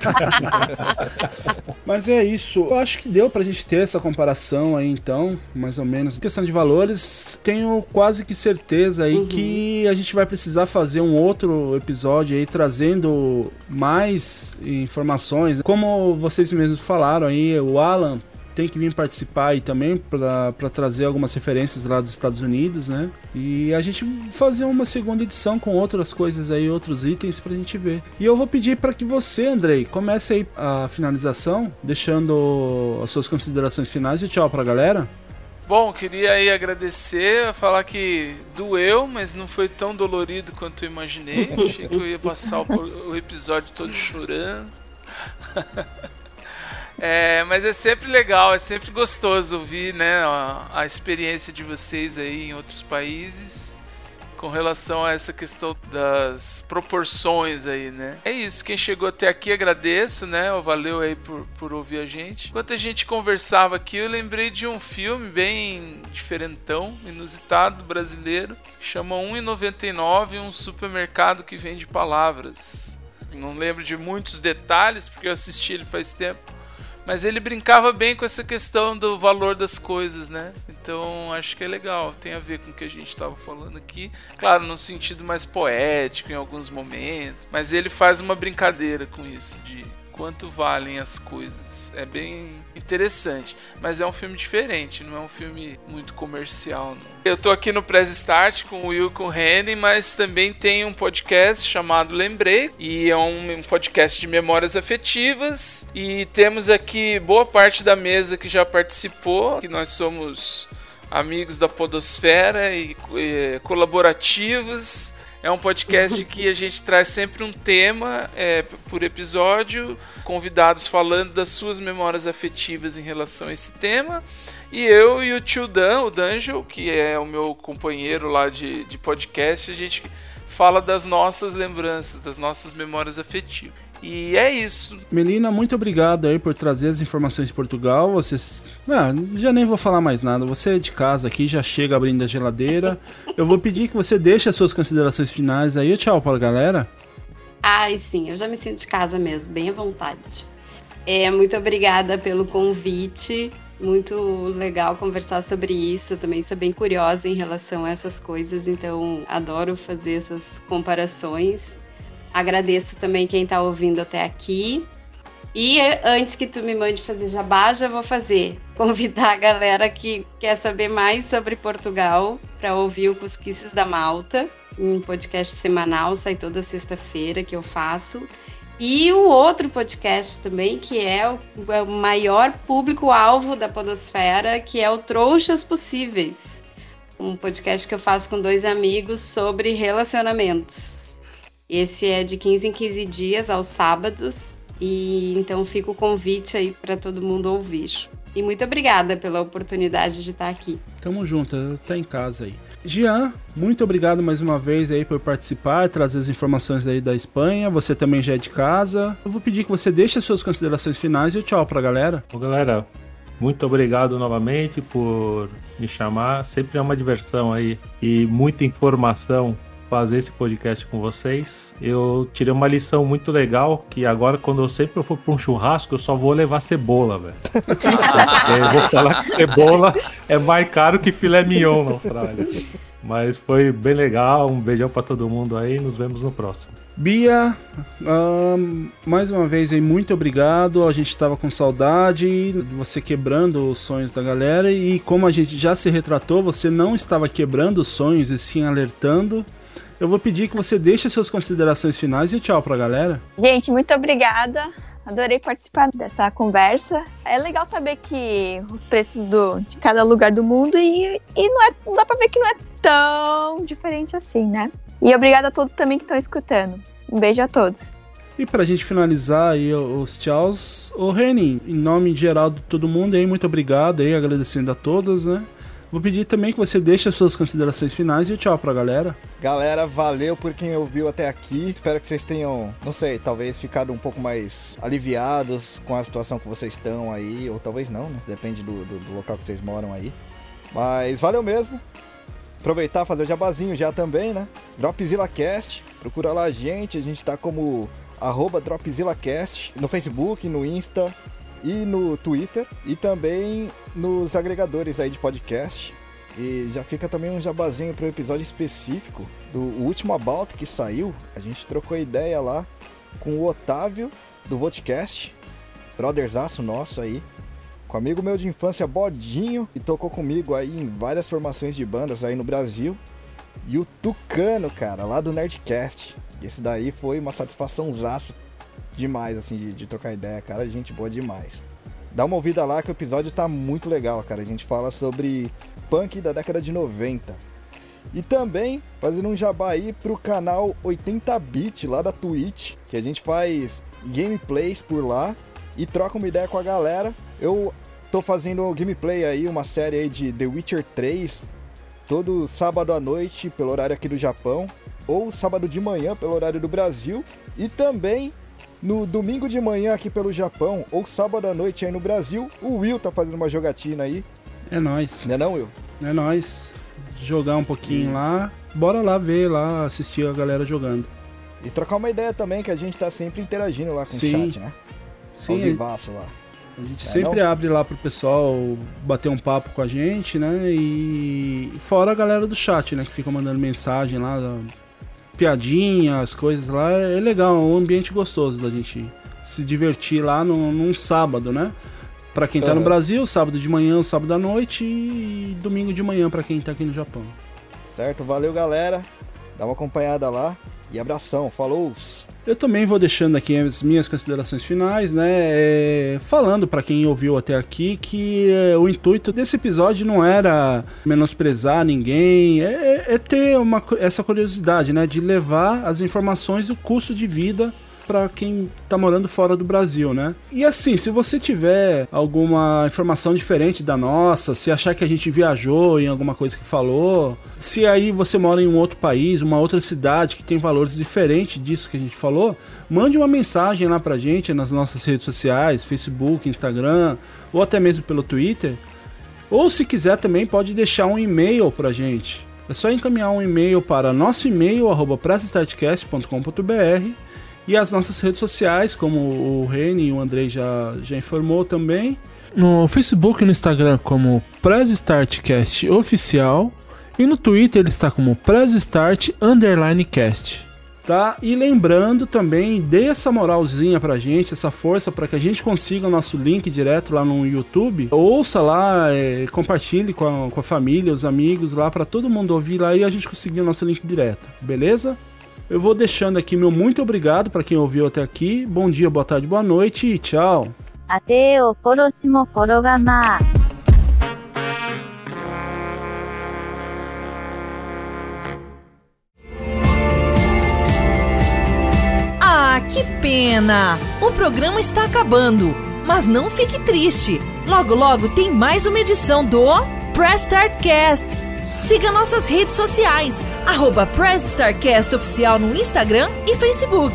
bom. Mas é isso, eu acho que deu pra gente ter essa comparação aí então, mais ou menos. Em questão de valores, tenho quase que certeza aí que a gente vai precisar fazer um outro episódio aí trazendo mais informações. Como vocês mesmos falaram aí, o Alan tem que vir participar aí também para trazer algumas referências lá dos Estados Unidos, né? E a gente fazer uma segunda edição com outras coisas aí, outros itens pra gente ver. E eu vou pedir para que você, Andrei, comece aí a finalização, deixando as suas considerações finais e tchau pra galera. Bom, queria aí agradecer, falar que doeu, mas não foi tão dolorido quanto eu imaginei. Achei que eu ia passar o episódio todo chorando. Mas é sempre legal, é sempre gostoso ouvir, né, a experiência de vocês aí em outros países com relação a essa questão das proporções aí, né. É isso, quem chegou até aqui agradeço, né, valeu aí por ouvir a gente. Enquanto a gente conversava aqui, eu lembrei de um filme bem diferentão, inusitado, brasileiro, chama 1,99, um supermercado que vende palavras. Não lembro de muitos detalhes, porque eu assisti ele faz tempo. Mas ele brincava bem com essa questão do valor das coisas, né? Então acho que é legal, tem a ver com o que a gente estava falando aqui. Claro, num sentido mais poético em alguns momentos. Mas ele faz uma brincadeira com isso, de quanto valem as coisas. É bem interessante. Mas é um filme diferente, não é um filme muito comercial, não. Eu tô aqui no Press Start com o Will e com o Henry, mas também tem um podcast chamado Lembrei, e é um podcast de memórias afetivas, e temos aqui boa parte da mesa que já participou, que nós somos amigos da podosfera e colaborativos. É um podcast que a gente traz sempre um tema por episódio, convidados falando das suas memórias afetivas em relação a esse tema. E eu e o tio Dan, o D'Angelo, que é o meu companheiro lá de podcast, a gente fala das nossas lembranças, das nossas memórias afetivas. E é isso. Melina, muito obrigado aí por trazer as informações de Portugal. Vocês... já nem vou falar mais nada. Você é de casa aqui, já chega abrindo a geladeira. Eu vou pedir que você deixe as suas considerações finais aí. Tchau para a galera. Ai, sim, eu já me sinto de casa mesmo, bem à vontade. Muito obrigada pelo convite. Muito legal conversar sobre isso. Eu também sou bem curiosa em relação a essas coisas, então adoro fazer essas comparações. Agradeço também quem está ouvindo até aqui. E antes que tu me mande fazer jabá, já vou convidar a galera que quer saber mais sobre Portugal para ouvir o Cusquices da Malta, um podcast semanal, sai toda sexta-feira que eu faço. E o outro podcast também, que é o maior público-alvo da podosfera, que é o Trouxas Possíveis. Um podcast que eu faço com 2 amigos sobre relacionamentos. Esse é de 15 em 15 dias, aos sábados. E então fica o convite aí para todo mundo ouvir. E muito obrigada pela oportunidade de estar aqui. Tamo junto, tá em casa aí. Jean, muito obrigado mais uma vez aí por participar, trazer as informações aí da Espanha. Você também já é de casa. Eu vou pedir que você deixe as suas considerações finais e o tchau pra galera. Bom, galera, muito obrigado novamente por me chamar. Sempre é uma diversão aí e muita informação fazer esse podcast com vocês. Eu tirei uma lição muito legal, que agora quando eu sempre for para um churrasco, eu só vou levar cebola, velho. Eu vou falar que cebola é mais caro que filé mignon na Austrália. Mas foi bem legal, um beijão para todo mundo aí, nos vemos no próximo. Bia, mais uma vez aí, muito obrigado. A gente estava com saudade de você quebrando os sonhos da galera. E como a gente já se retratou, você não estava quebrando os sonhos e sim alertando. Eu vou pedir que você deixe as suas considerações finais e tchau pra galera. Gente, muito obrigada. Adorei participar dessa conversa. É legal saber que os preços de cada lugar do mundo e não dá pra ver que não é tão diferente assim, né? E obrigada a todos também que estão escutando. Um beijo a todos. E pra gente finalizar aí os tchauz, ô Reni, em nome geral de todo mundo aí, muito obrigado aí, agradecendo a todos, né? Vou pedir também que você deixe as suas considerações finais e o tchau pra galera. Galera, valeu por quem ouviu até aqui. Espero que vocês tenham, não sei, talvez ficado um pouco mais aliviados com a situação que vocês estão aí, ou talvez não, né? Depende do local que vocês moram aí. Mas valeu mesmo. Aproveitar, fazer o jabazinho já também, né? DropzillaCast, procura lá a gente tá como @DropzillaCast no Facebook, no Insta e no Twitter e também nos agregadores aí de podcast. E já fica também um jabazinho para o episódio específico do último About que saiu. A gente trocou ideia lá com o Otávio do Vodcast, brotherzaço nosso aí, com um amigo meu de infância, Bodinho, que tocou comigo aí em várias formações de bandas aí no Brasil, e o Tucano, cara, lá do Nerdcast. E esse daí foi uma satisfaçãozaça demais, assim, de trocar ideia, cara, gente boa demais. Dá uma ouvida lá que o episódio tá muito legal, cara. A gente fala sobre punk da década de 90. E também fazendo um jabá aí pro canal 80bit lá da Twitch, que a gente faz gameplays por lá e troca uma ideia com a galera. Eu tô fazendo gameplay aí, uma série aí de The Witcher 3, todo sábado à noite pelo horário aqui do Japão, ou sábado de manhã pelo horário do Brasil, e também no domingo de manhã aqui pelo Japão, ou sábado à noite aí no Brasil, o Will tá fazendo uma jogatina aí. É nóis. Não é não, Will? É nóis. Jogar um pouquinho lá. Bora lá ver, lá assistir a galera jogando. E trocar uma ideia também, que a gente tá sempre interagindo lá com o chat, né? Sim. Ao vivaço lá. A gente sempre abre lá pro pessoal bater um papo com a gente, né? E fora a galera do chat, né? Que fica mandando mensagem lá, piadinha, as coisas lá. É legal, é um ambiente gostoso da gente se divertir lá num sábado, né? Pra quem tá no Brasil, sábado de manhã, sábado à noite e domingo de manhã pra quem tá aqui no Japão. Certo, valeu galera. Dá uma acompanhada lá e abração, falou! Eu também vou deixando aqui as minhas considerações finais, né? Falando pra quem ouviu até aqui que o intuito desse episódio não era menosprezar ninguém, é ter essa curiosidade, né? De levar as informações do custo de vida para quem tá morando fora do Brasil, né? E assim, se você tiver alguma informação diferente da nossa, se achar que a gente viajou em alguma coisa que falou, se aí você mora em um outro país, uma outra cidade que tem valores diferentes disso que a gente falou, mande uma mensagem lá pra gente nas nossas redes sociais, Facebook, Instagram, ou até mesmo pelo Twitter. Ou se quiser também pode deixar um e-mail pra gente. É só encaminhar um e-mail para nosso e-mail @pressestartcast.com.br. E as nossas redes sociais, como o Reni e o Andrei já informou também. No Facebook e no Instagram como Press Startcast Oficial. E no Twitter ele está como PressStart_Cast. Tá? E lembrando também, dê essa moralzinha pra gente, essa força para que a gente consiga o nosso link direto lá no YouTube. Ouça lá, compartilhe com a família, os amigos lá, para todo mundo ouvir lá e a gente conseguir o nosso link direto. Beleza? Eu vou deixando aqui meu muito obrigado para quem ouviu até aqui. Bom dia, boa tarde, boa noite e tchau. Até o próximo programa. Ah, que pena! O programa está acabando, mas não fique triste. Logo, logo tem mais uma edição do Press Start Cast. Siga nossas redes sociais, @PressStartCast Oficial no Instagram e Facebook.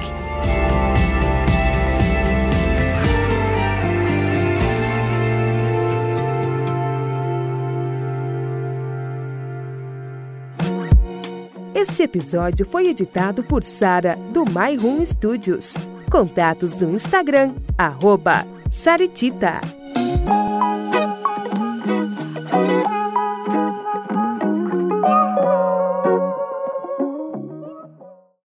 Este episódio foi editado por Sara, do My Room Studios. Contatos no Instagram, @Saritita.